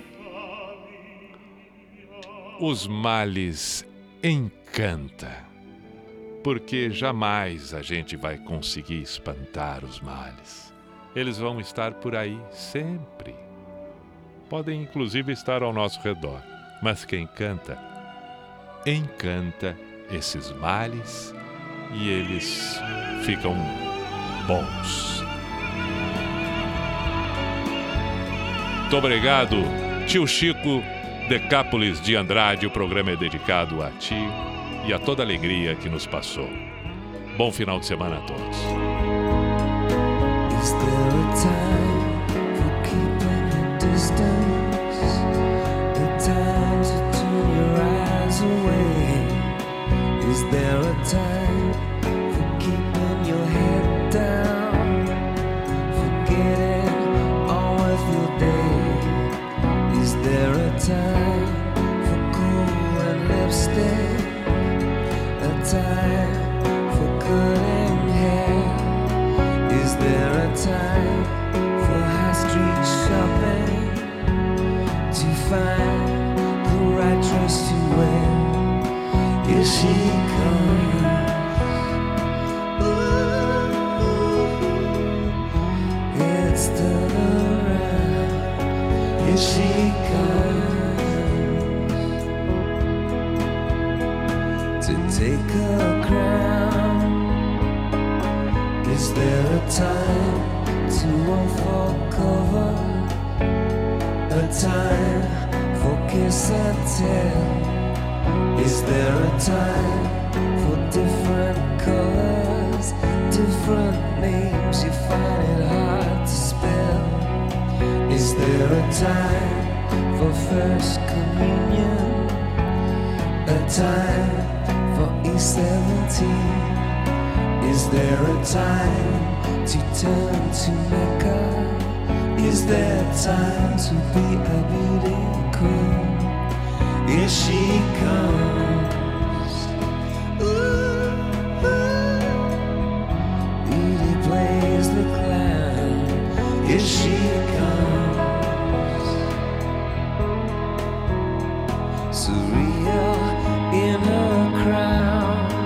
os males encanta, porque jamais a gente vai conseguir espantar os males. Eles vão estar por aí sempre. Podem inclusive estar ao nosso redor, mas quem canta, encanta esses males e eles ficam bons. Muito obrigado, tio Chico Decápolis de Andrade, o programa é dedicado a ti e a toda a alegria que nos passou. Bom final de semana a todos. Is there a time for keeping your distance? A time to turn your eyes away? Is there a time for keeping your head down? Forgetting all of your day? Is there a time for cool and lipstick? A time for cutting hair? Is there a time for high street shopping? To find the right dress to wear? Here she comes. Ooh, it's still around. Here she comes to take her crown. Is there a time to unfold cover? A time for kiss and tell? Is there a time for different colors, different names you find it hard to spell? Is there a time for first communion? A time for E17? Is there a time to turn to Mecca? Is there time to be a beauty queen? Here she comes. Ooh, Edie plays the clown. Here she comes. Surreal in her crown.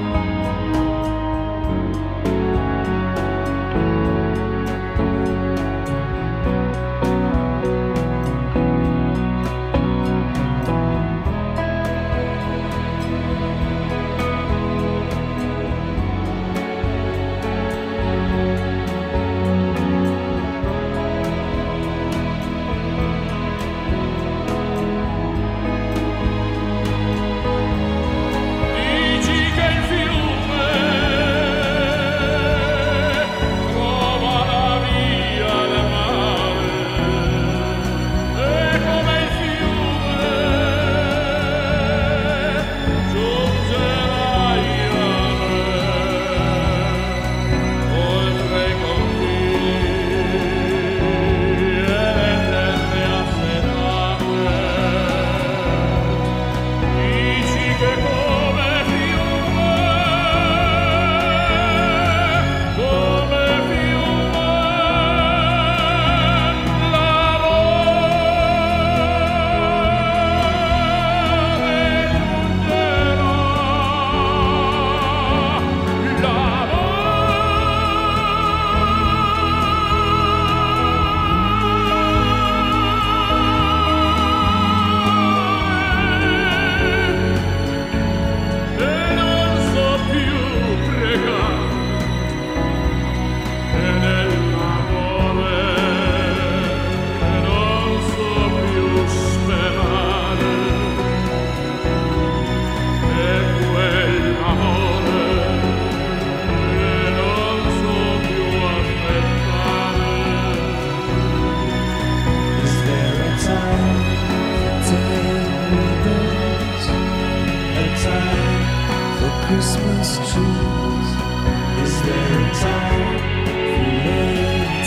Christmas trees. Is there a time for laying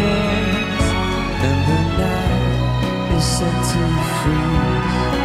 tables and the night is set to freeze?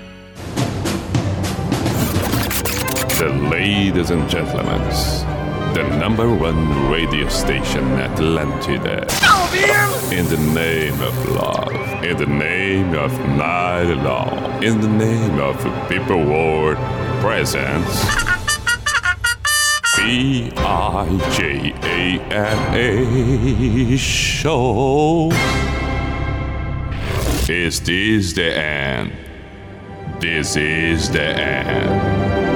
Ladies and gentlemen, The #1 radio station, Atlantida. In the name of love, in the name of night long, in the name of people world presence. PIJANA show. Is this the end? This is the end.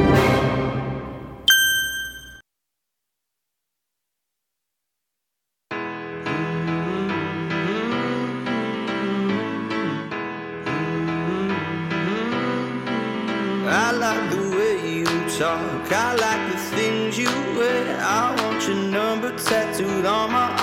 I like the way you talk, I like the things you wear. I want your number tattooed on my